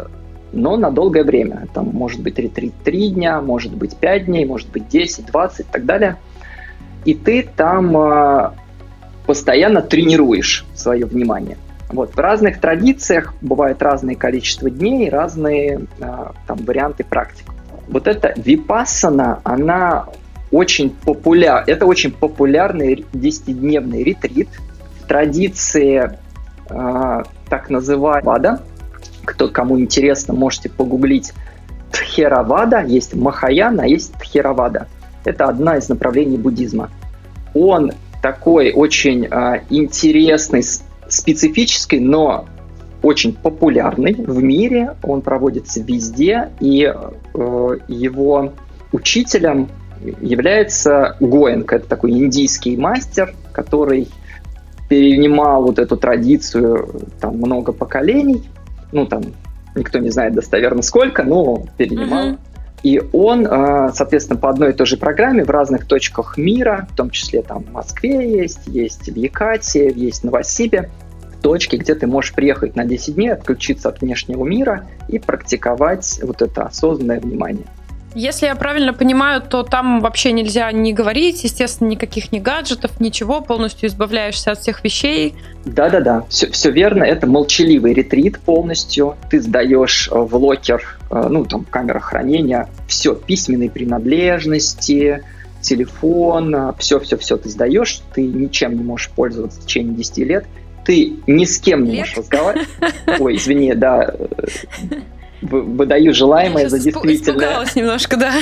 но на долгое время. Там может быть ретрит 3 дня, может быть 5 дней, может быть 10, 20 и так далее. И ты там постоянно тренируешь свое внимание. Вот. В разных традициях бывает разное количество дней, разные там, варианты практик. Вот эта випассана, она очень популярна. Это очень популярный 10-дневный ретрит в традиции так называемого, кому интересно, можете погуглить Тхеравада. Есть Махаяна, а есть Тхеравада. Это одна из направлений буддизма. Он такой очень интересный, специфический, но очень популярный в мире. Он проводится везде, и его учителем является Гоэнка. Это такой индийский мастер, который перенимал вот эту традицию там много поколений. Там никто не знает достоверно сколько, но перенимал. И он, соответственно, по одной и той же программе в разных точках мира, в том числе там в Москве есть в Якутии, есть в Новосибе, точки, где ты можешь приехать на 10 дней, отключиться от внешнего мира и практиковать вот это осознанное внимание. Если я правильно понимаю, то там вообще нельзя ни говорить, естественно, никаких ни гаджетов, ничего, полностью избавляешься от всех вещей. Да, все верно, это молчаливый ретрит полностью. Ты сдаешь в локер, камера хранения, все, письменные принадлежности, телефон, все ты сдаешь, ты ничем не можешь пользоваться в течение 10 лет, ты ни с кем не можешь разговаривать. Ой, извини, да. Выдаю желаемое за действительное. Испугалась немножко, да.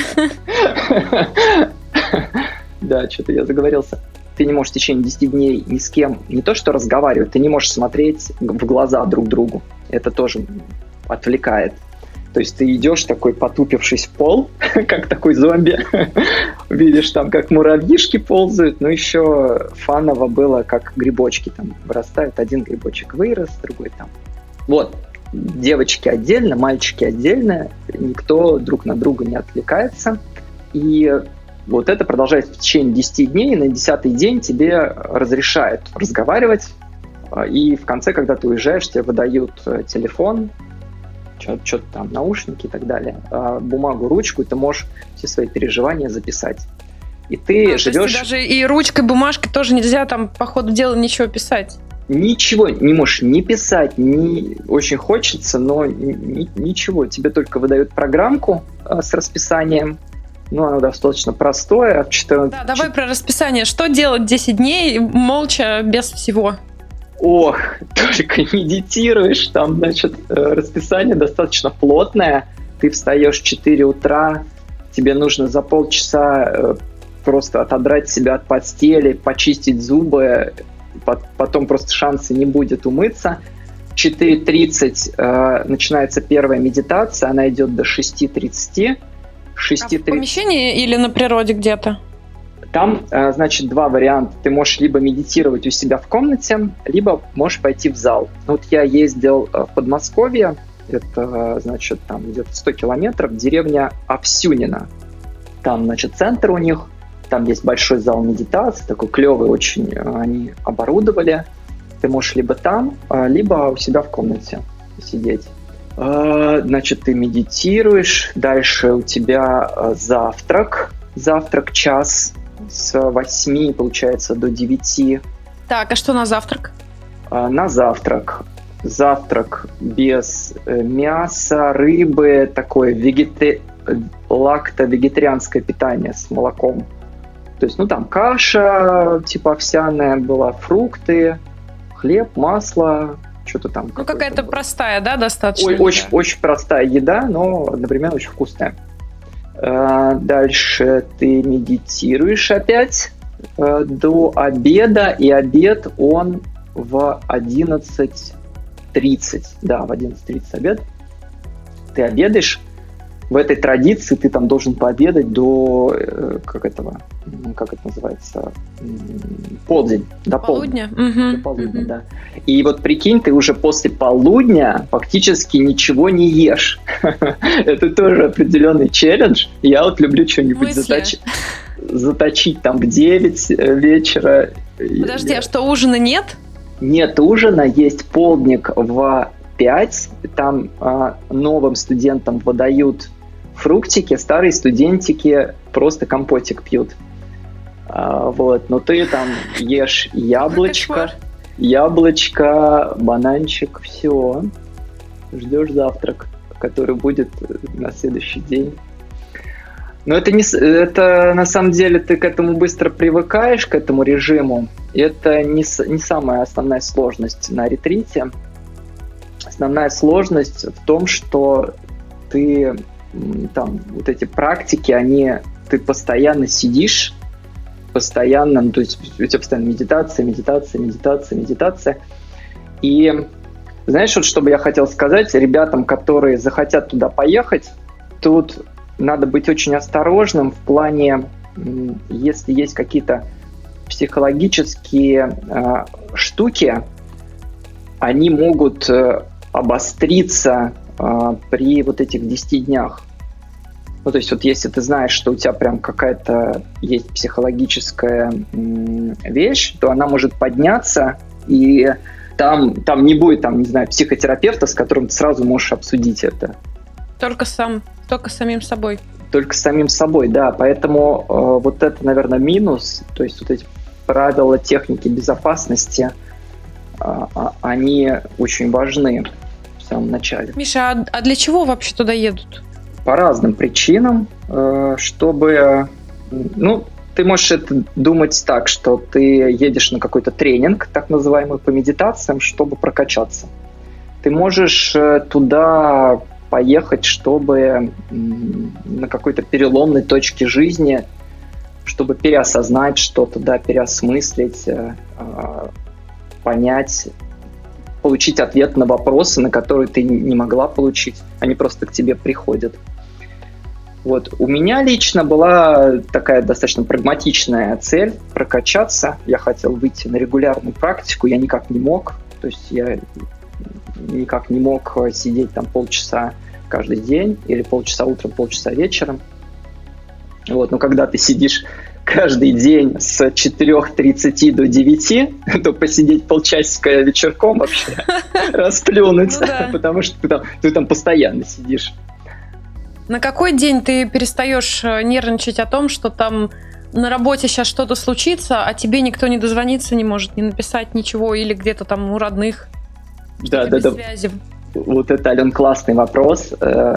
Да, что-то я заговорился. Ты не можешь в течение 10 дней ни с кем не то что разговаривать, ты не можешь смотреть в глаза друг другу. Это тоже отвлекает. То есть ты идешь такой, потупившись в пол, как такой зомби. Видишь там, как муравьишки ползают, но еще фаново было, как грибочки там вырастают. Один грибочек вырос, другой там. Вот. Девочки отдельно, мальчики отдельно, никто друг на друга не отвлекается. И вот это продолжается в течение 10 дней, и на 10-й день тебе разрешают разговаривать. И в конце, когда ты уезжаешь, тебе выдают телефон, что-то там, наушники и так далее, бумагу, ручку, и ты можешь все свои переживания записать. И ты живешь... То есть даже и ручкой, бумажкой тоже нельзя там по ходу дела ничего писать? Ничего не можешь ни писать, ни очень хочется, но ничего. Тебе только выдают программку с расписанием. Оно достаточно простое. Да, давай про расписание. Что делать 10 дней молча, без всего? Ох, только медитируешь. Там, расписание достаточно плотное. Ты встаешь в 4 утра, тебе нужно за полчаса просто отодрать себя от постели, почистить зубы, потом просто шанса не будет умыться. В 4:30 начинается первая медитация, она идет до 6:30. В помещении или на природе где-то? Там, два варианта. Ты можешь либо медитировать у себя в комнате, либо можешь пойти в зал. Вот я ездил в Подмосковье, это, там где-то 100 километров, деревня Овсюнино. Там, центр у них. Там есть большой зал медитации, такой клевый очень, они оборудовали. Ты можешь либо там, либо у себя в комнате сидеть. Ты медитируешь, дальше у тебя завтрак час с 8, получается, до 9. Так, а что на завтрак? На завтрак без мяса, рыбы, такое лакто-вегетарианское питание с молоком. То есть, там каша, типа овсяная была, фрукты, хлеб, масло, что-то там. Какая-то простая, да, достаточно? Очень простая еда, но одновременно очень вкусная. Дальше ты медитируешь опять до обеда, и обед он в 11:30. Да, в 11:30 обед. Ты обедаешь. В этой традиции ты там должен пообедать до, как это называется, полдень. До полудня. До полудня, да. И вот прикинь, ты уже после полудня фактически ничего не ешь. Это тоже определенный челлендж. Я вот люблю что-нибудь заточить там к 9 вечера. Подожди, а что, ужина нет? Нет ужина, есть полдник в 5. Там новым студентам выдают фруктики, старые студентики просто компотик пьют. Вот. Но ты там ешь яблочко, бананчик, все. Ждешь завтрак, который будет на следующий день. Но это на самом деле ты к этому быстро привыкаешь, к этому режиму. Это не самая основная сложность на ретрите. Основная сложность в том, что ты там вот эти практики, ты постоянно сидишь, постоянно, то есть у тебя постоянно медитация. И знаешь, вот что бы я хотел сказать ребятам, которые захотят туда поехать, тут надо быть очень осторожным в плане, если есть какие-то психологические штуки, они могут обостриться при вот этих 10 днях. Ну, то есть вот если ты знаешь, что у тебя прям какая-то есть психологическая вещь, то она может подняться, и там не будет, не знаю, психотерапевта, с которым ты сразу можешь обсудить это. Только самим собой. Только с самим собой, да. Поэтому вот это, наверное, минус. То есть вот эти правила, техники безопасности, они очень важны в самом начале. Миша, а для чего вообще туда едут? По разным причинам, чтобы... ты можешь это думать так, что ты едешь на какой-то тренинг, так называемый, по медитациям, чтобы прокачаться. Ты можешь туда поехать, чтобы на какой-то переломной точке жизни, чтобы переосознать что-то, да, переосмыслить, понять, получить ответ на вопросы, на которые ты не могла получить. Они просто к тебе приходят. Вот. У меня лично была такая достаточно прагматичная цель прокачаться. Я хотел выйти на регулярную практику, я никак не мог. То есть я никак не мог сидеть там полчаса каждый день, или полчаса утром, полчаса вечером. Вот. Но когда ты сидишь каждый день с 4:30 до 9, то посидеть полчасика вечерком вообще расплюнуть, потому что ты там постоянно сидишь. На какой день ты перестаешь нервничать о том, что там на работе сейчас что-то случится, а тебе никто не дозвониться не может, не написать ничего, или где-то там у родных? Да. Связи? Вот это, Ален, классный вопрос.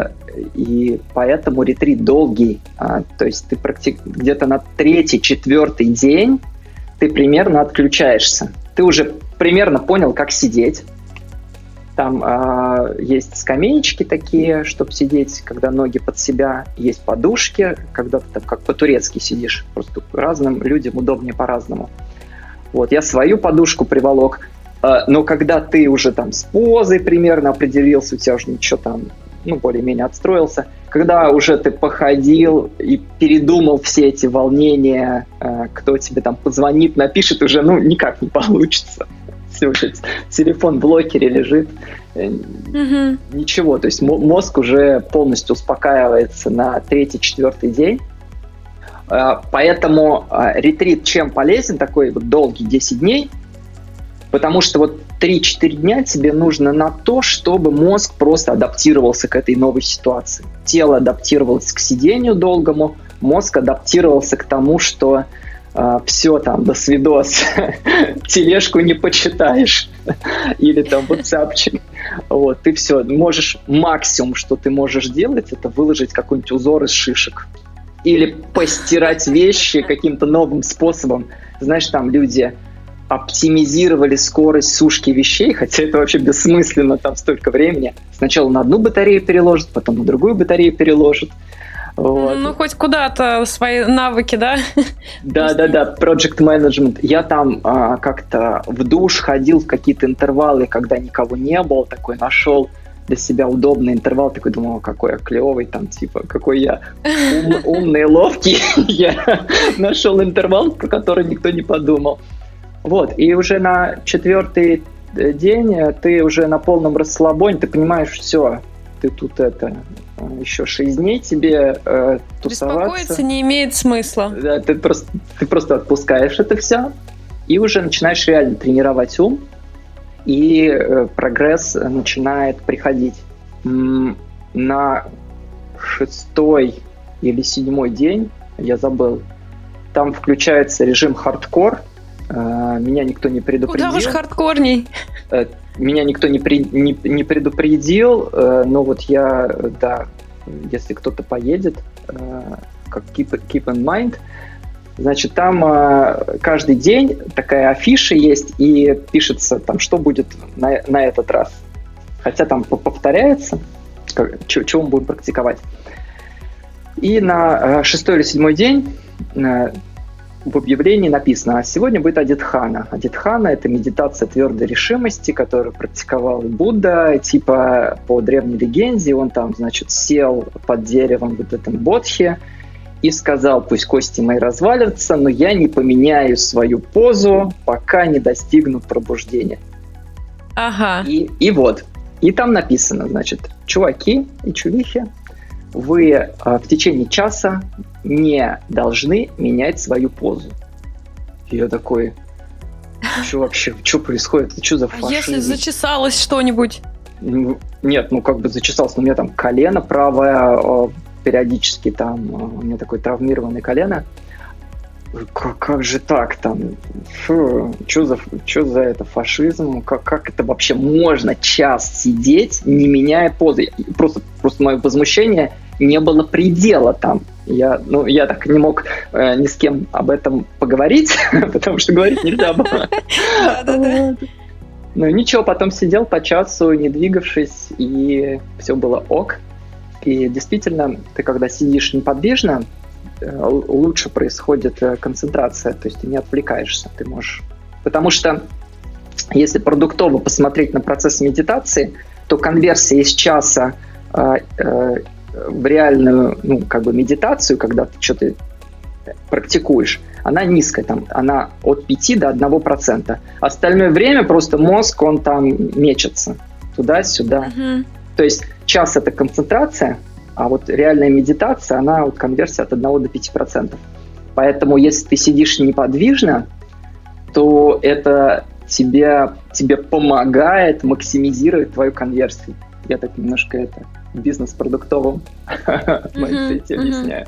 И поэтому ретрит долгий. То есть ты где-то на 3-4 день ты примерно отключаешься. Ты уже примерно понял, как сидеть. Там есть скамеечки такие, чтобы сидеть, когда ноги под себя. Есть подушки, когда ты там как по-турецки сидишь. Просто разным людям удобнее по-разному. Вот, я свою подушку приволок. Но когда ты уже там с позой примерно определился, у тебя уже ничего там, более-менее отстроился, когда уже ты походил и передумал все эти волнения, кто тебе там позвонит, напишет, уже никак не получится. Все, уже телефон в блокере лежит. Ничего, то есть мозг уже полностью успокаивается на 3-4 день. Поэтому ретрит чем полезен, такой вот долгий 10 дней, потому что вот 3-4 дня тебе нужно на то, чтобы мозг просто адаптировался к этой новой ситуации. Тело адаптировалось к сидению долгому, мозг адаптировался к тому, что все там, до свидос, тележку не почитаешь, или там ватсапчик. Вот, ты все, можешь, максимум, что ты можешь делать, это выложить какой-нибудь узор из шишек. Или постирать вещи каким-то новым способом. Знаешь, там люди оптимизировали скорость сушки вещей, хотя это вообще бессмысленно, там столько времени. Сначала на одну батарею переложат, потом на другую батарею переложат. Вот. Хоть куда-то свои навыки, да? Да, project management. Я там как-то в душ ходил в какие-то интервалы, когда никого не было, такой нашел для себя удобный интервал, такой думал, какой я клевый, там, типа, какой я умный, ловкий. Я нашел интервал, про который никто не подумал. Вот, и уже на 4-й день ты уже на полном расслабоне, ты понимаешь, все, ты тут еще 6 дней тебе тусоваться. Беспокоиться не имеет смысла. Да, ты просто отпускаешь это все и уже начинаешь реально тренировать ум. и прогресс начинает приходить. На 6-й или 7-й день, я забыл, там включается режим хардкор. Меня никто не предупредил. Куда уж хардкорней. Меня никто не предупредил, но вот я, да, если кто-то поедет, как keep in mind, значит, там каждый день такая афиша есть, и пишется, там, что будет на этот раз. Хотя там повторяется, чего мы будем практиковать. И на 6-й или 7-й день в объявлении написано: сегодня будет Адитхана. Адитхана — это медитация твердой решимости, которую практиковал Будда, типа по древней легенде. Он там, значит, сел под деревом вот этом бодхи и сказал: пусть кости мои развалятся, но я не поменяю свою позу, пока не достигну пробуждения. Ага. И вот. И там написано, значит, чуваки и чувихи, вы в течение часа не должны менять свою позу. И я такой: что вообще, что происходит? Это что за фашизм? А если зачесалось что-нибудь? Нет, как бы зачесалось, но у меня там колено правое, периодически там, у меня такое травмированное колено. Как же так там? Что за это фашизм? Как это вообще можно час сидеть, не меняя позы? Просто мое возмущение не было предела там. Я так не мог ни с кем об этом поговорить, потому что говорить нельзя было. Ну ничего, потом сидел по часу, не двигавшись, и все было ок. И действительно, ты когда сидишь неподвижно, лучше происходит концентрация, то есть ты не отвлекаешься, ты можешь... Потому что если продуктово посмотреть на процесс медитации, то конверсия из часа в реальную, медитацию, когда ты что-то практикуешь, она низкая, там, она от 5 до 1%. Остальное время просто мозг, он там мечется туда-сюда. Mm-hmm. То есть час — это концентрация, а вот реальная медитация, она вот конверсия от 1 до 5%. Поэтому если ты сидишь неподвижно, то это тебе помогает максимизировать твою конверсию. Я так немножко в бизнес-продуктовом майндсете объясняю.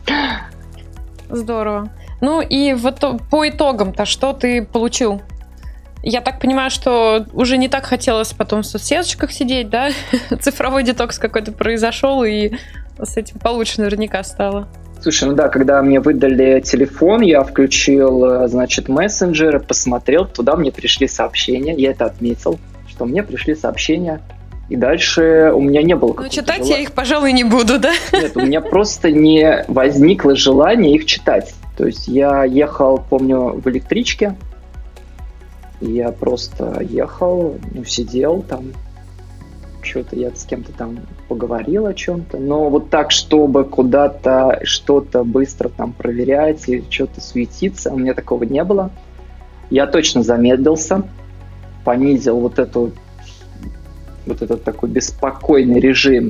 Здорово. Ну и вот по итогам-то что ты получил? Я так понимаю, что уже не так хотелось потом в соцсеточках сидеть, да? Цифровой детокс какой-то произошел, и с этим получше наверняка стало. Слушай, когда мне выдали телефон, я включил, значит, мессенджеры, посмотрел, туда мне пришли сообщения, я это отметил, что мне пришли сообщения, и дальше у меня не было какого-то читать я их, пожалуй, не буду, да? Нет, у меня просто не возникло желания их читать. То есть я ехал, помню, в электричке, я просто ехал, сидел там, что-то я с кем-то там поговорил о чем-то, но вот так, чтобы куда-то что-то быстро там проверять и что-то суетиться, у меня такого не было. Я точно замедлился, понизил вот этот такой беспокойный режим,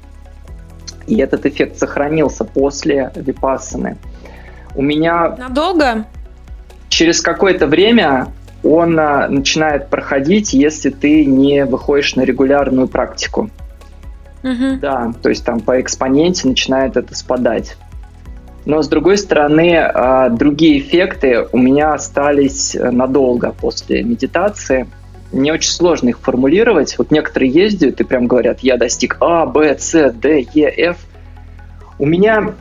и этот эффект сохранился после випассаны. У меня... Надолго? Через какое-то время он начинает проходить, если ты не выходишь на регулярную практику. Угу. Да, то есть там по экспоненте начинает это спадать. Но, с другой стороны, другие эффекты у меня остались надолго после медитации. Мне очень сложно их формулировать. Вот некоторые ездят и прям говорят: я достиг А, Б, С, Д, Е, Ф. У меня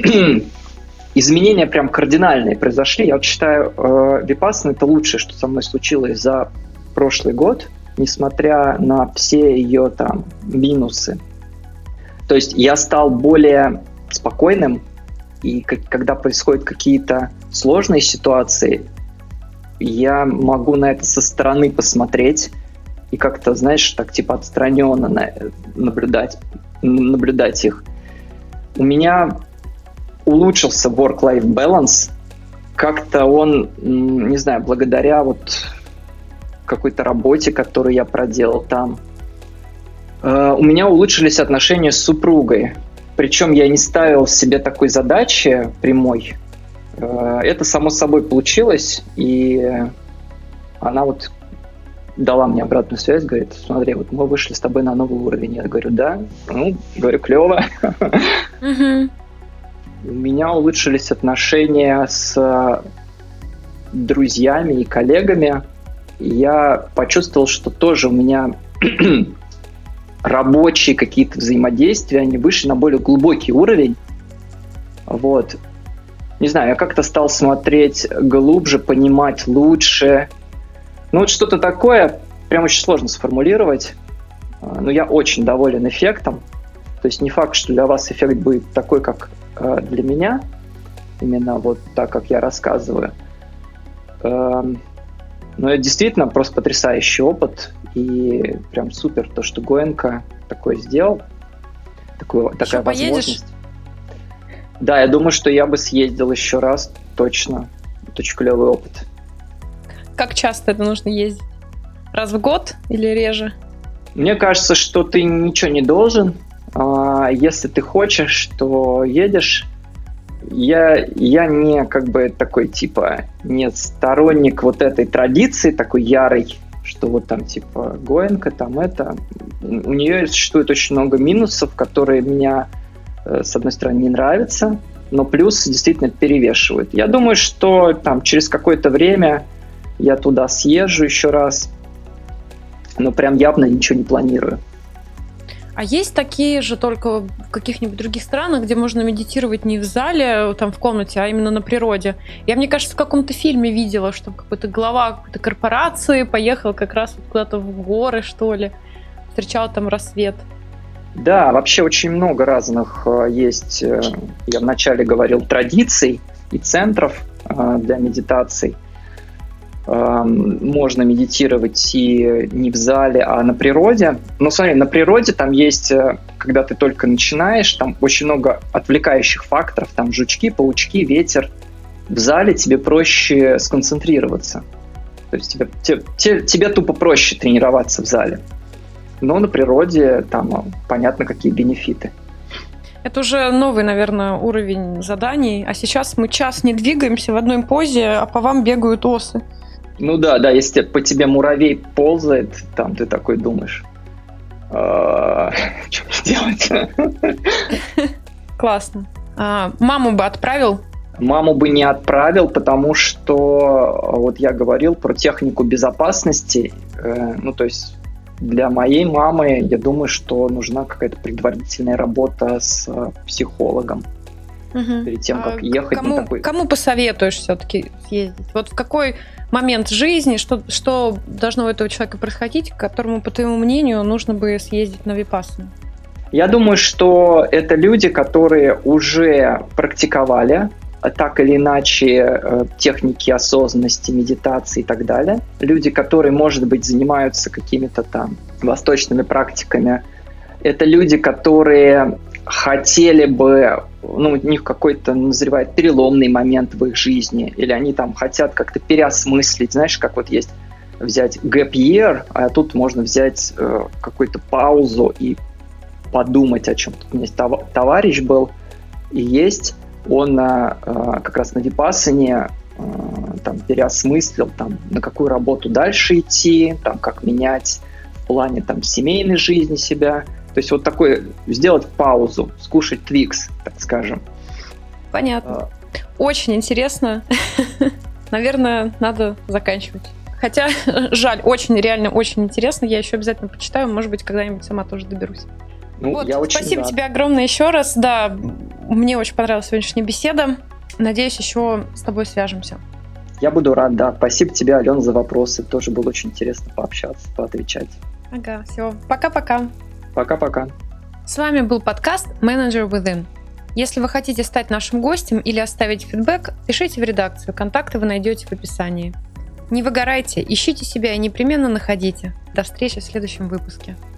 изменения прям кардинальные произошли. Я вот считаю, випассана — это лучшее, что со мной случилось за прошлый год, несмотря на все ее там минусы. То есть я стал более спокойным, и когда происходят какие-то сложные ситуации, я могу на это со стороны посмотреть и как-то, знаешь, так типа отстраненно наблюдать их. У меня улучшился work-life balance. Как-то он, не знаю, благодаря вот какой-то работе, которую я проделал там, у меня улучшились отношения с супругой. Причем я не ставил себе такой задачи прямой. Это само собой получилось, и она вот дала мне обратную связь, говорит, смотри, вот мы вышли с тобой на новый уровень. Я говорю, да, говорю, клево. У меня улучшились отношения с друзьями и коллегами. Я почувствовал, что тоже у меня рабочие какие-то взаимодействия, они вышли на более глубокий уровень. Вот. Не знаю, я как-то стал смотреть глубже, понимать лучше. Ну, вот что-то такое, прям очень сложно сформулировать. Но я очень доволен эффектом. То есть не факт, что для вас эффект будет такой, как для меня. Именно вот так, как я рассказываю. Но это действительно просто потрясающий опыт. И прям супер то, что Гоенко такое сделал. Такая возможность. Да, я думаю, что я бы съездил еще раз. Точно. Это очень клевый опыт. Как часто это нужно ездить? Раз в год или реже? Мне кажется, что ты ничего не должен. Если ты хочешь, то едешь. Я не такой, типа, не сторонник вот этой традиции, такой ярый, что вот там, типа, Гоенко, там это. У нее существует очень много минусов, которые меня, с одной стороны, не нравятся, но плюсы действительно перевешивают. Я думаю, что там через какое-то время я туда съезжу еще раз, но прям явно ничего не планирую. А есть такие же только в каких-нибудь других странах, где можно медитировать не в зале, там в комнате, а именно на природе? Я, мне кажется, в каком-то фильме видела, что какой-то глава какой-то корпорации поехал как раз вот куда-то в горы, что ли, встречал там рассвет. Да, вообще очень много разных есть, я вначале говорил, традиций и центров для медитаций. Можно медитировать и не в зале, а на природе. Но смотри, на природе там есть, когда ты только начинаешь, там очень много отвлекающих факторов, там жучки, паучки, ветер. В зале тебе проще сконцентрироваться. То есть тебе тупо проще тренироваться в зале. Но на природе там понятно, какие бенефиты. Это уже новый, наверное, уровень заданий. А сейчас мы час не двигаемся в одной позе, а по вам бегают осы. Ну да, если по тебе муравей ползает, там ты такой думаешь, что делать? Классно. Маму бы отправил? Маму бы не отправил, потому что вот я говорил про технику безопасности. То есть для моей мамы, я думаю, что нужна какая-то предварительная работа с психологом. Перед тем, как ехать на такой... Кому посоветуешь все-таки съездить? Вот в какой момент жизни, что должно у этого человека происходить, к которому, по твоему мнению, нужно бы съездить на випассану? Я думаю, что это люди, которые уже практиковали так или иначе техники осознанности, медитации и так далее. Люди, которые, может быть, занимаются какими-то там восточными практиками. Это люди, которые хотели бы, у них какой-то назревает переломный момент в их жизни, или они там хотят как-то переосмыслить, знаешь, как вот есть взять gap year, а тут можно взять какую-то паузу и подумать о чем-то. У меня есть товарищ был, и есть, он как раз на випассане там переосмыслил, там, на какую работу дальше идти, там, как менять в плане там семейной жизни себя. То есть вот такой, сделать паузу, скушать твикс, так скажем. Понятно. Очень интересно. Наверное, надо заканчивать. Хотя, жаль, реально очень интересно. Я еще обязательно почитаю. Может быть, когда-нибудь сама тоже доберусь. Спасибо тебе огромное еще раз. Да, мне очень понравилась сегодняшняя беседа. Надеюсь, еще с тобой свяжемся. Я буду рад, да. Спасибо тебе, Алена, за вопросы. Тоже было очень интересно пообщаться, поотвечать. Ага, все. Пока-пока. Пока-пока. С вами был подкаст Manager Within. Если вы хотите стать нашим гостем или оставить фидбэк, пишите в редакцию. Контакты вы найдете в описании. Не выгорайте, ищите себя и непременно находите. До встречи в следующем выпуске.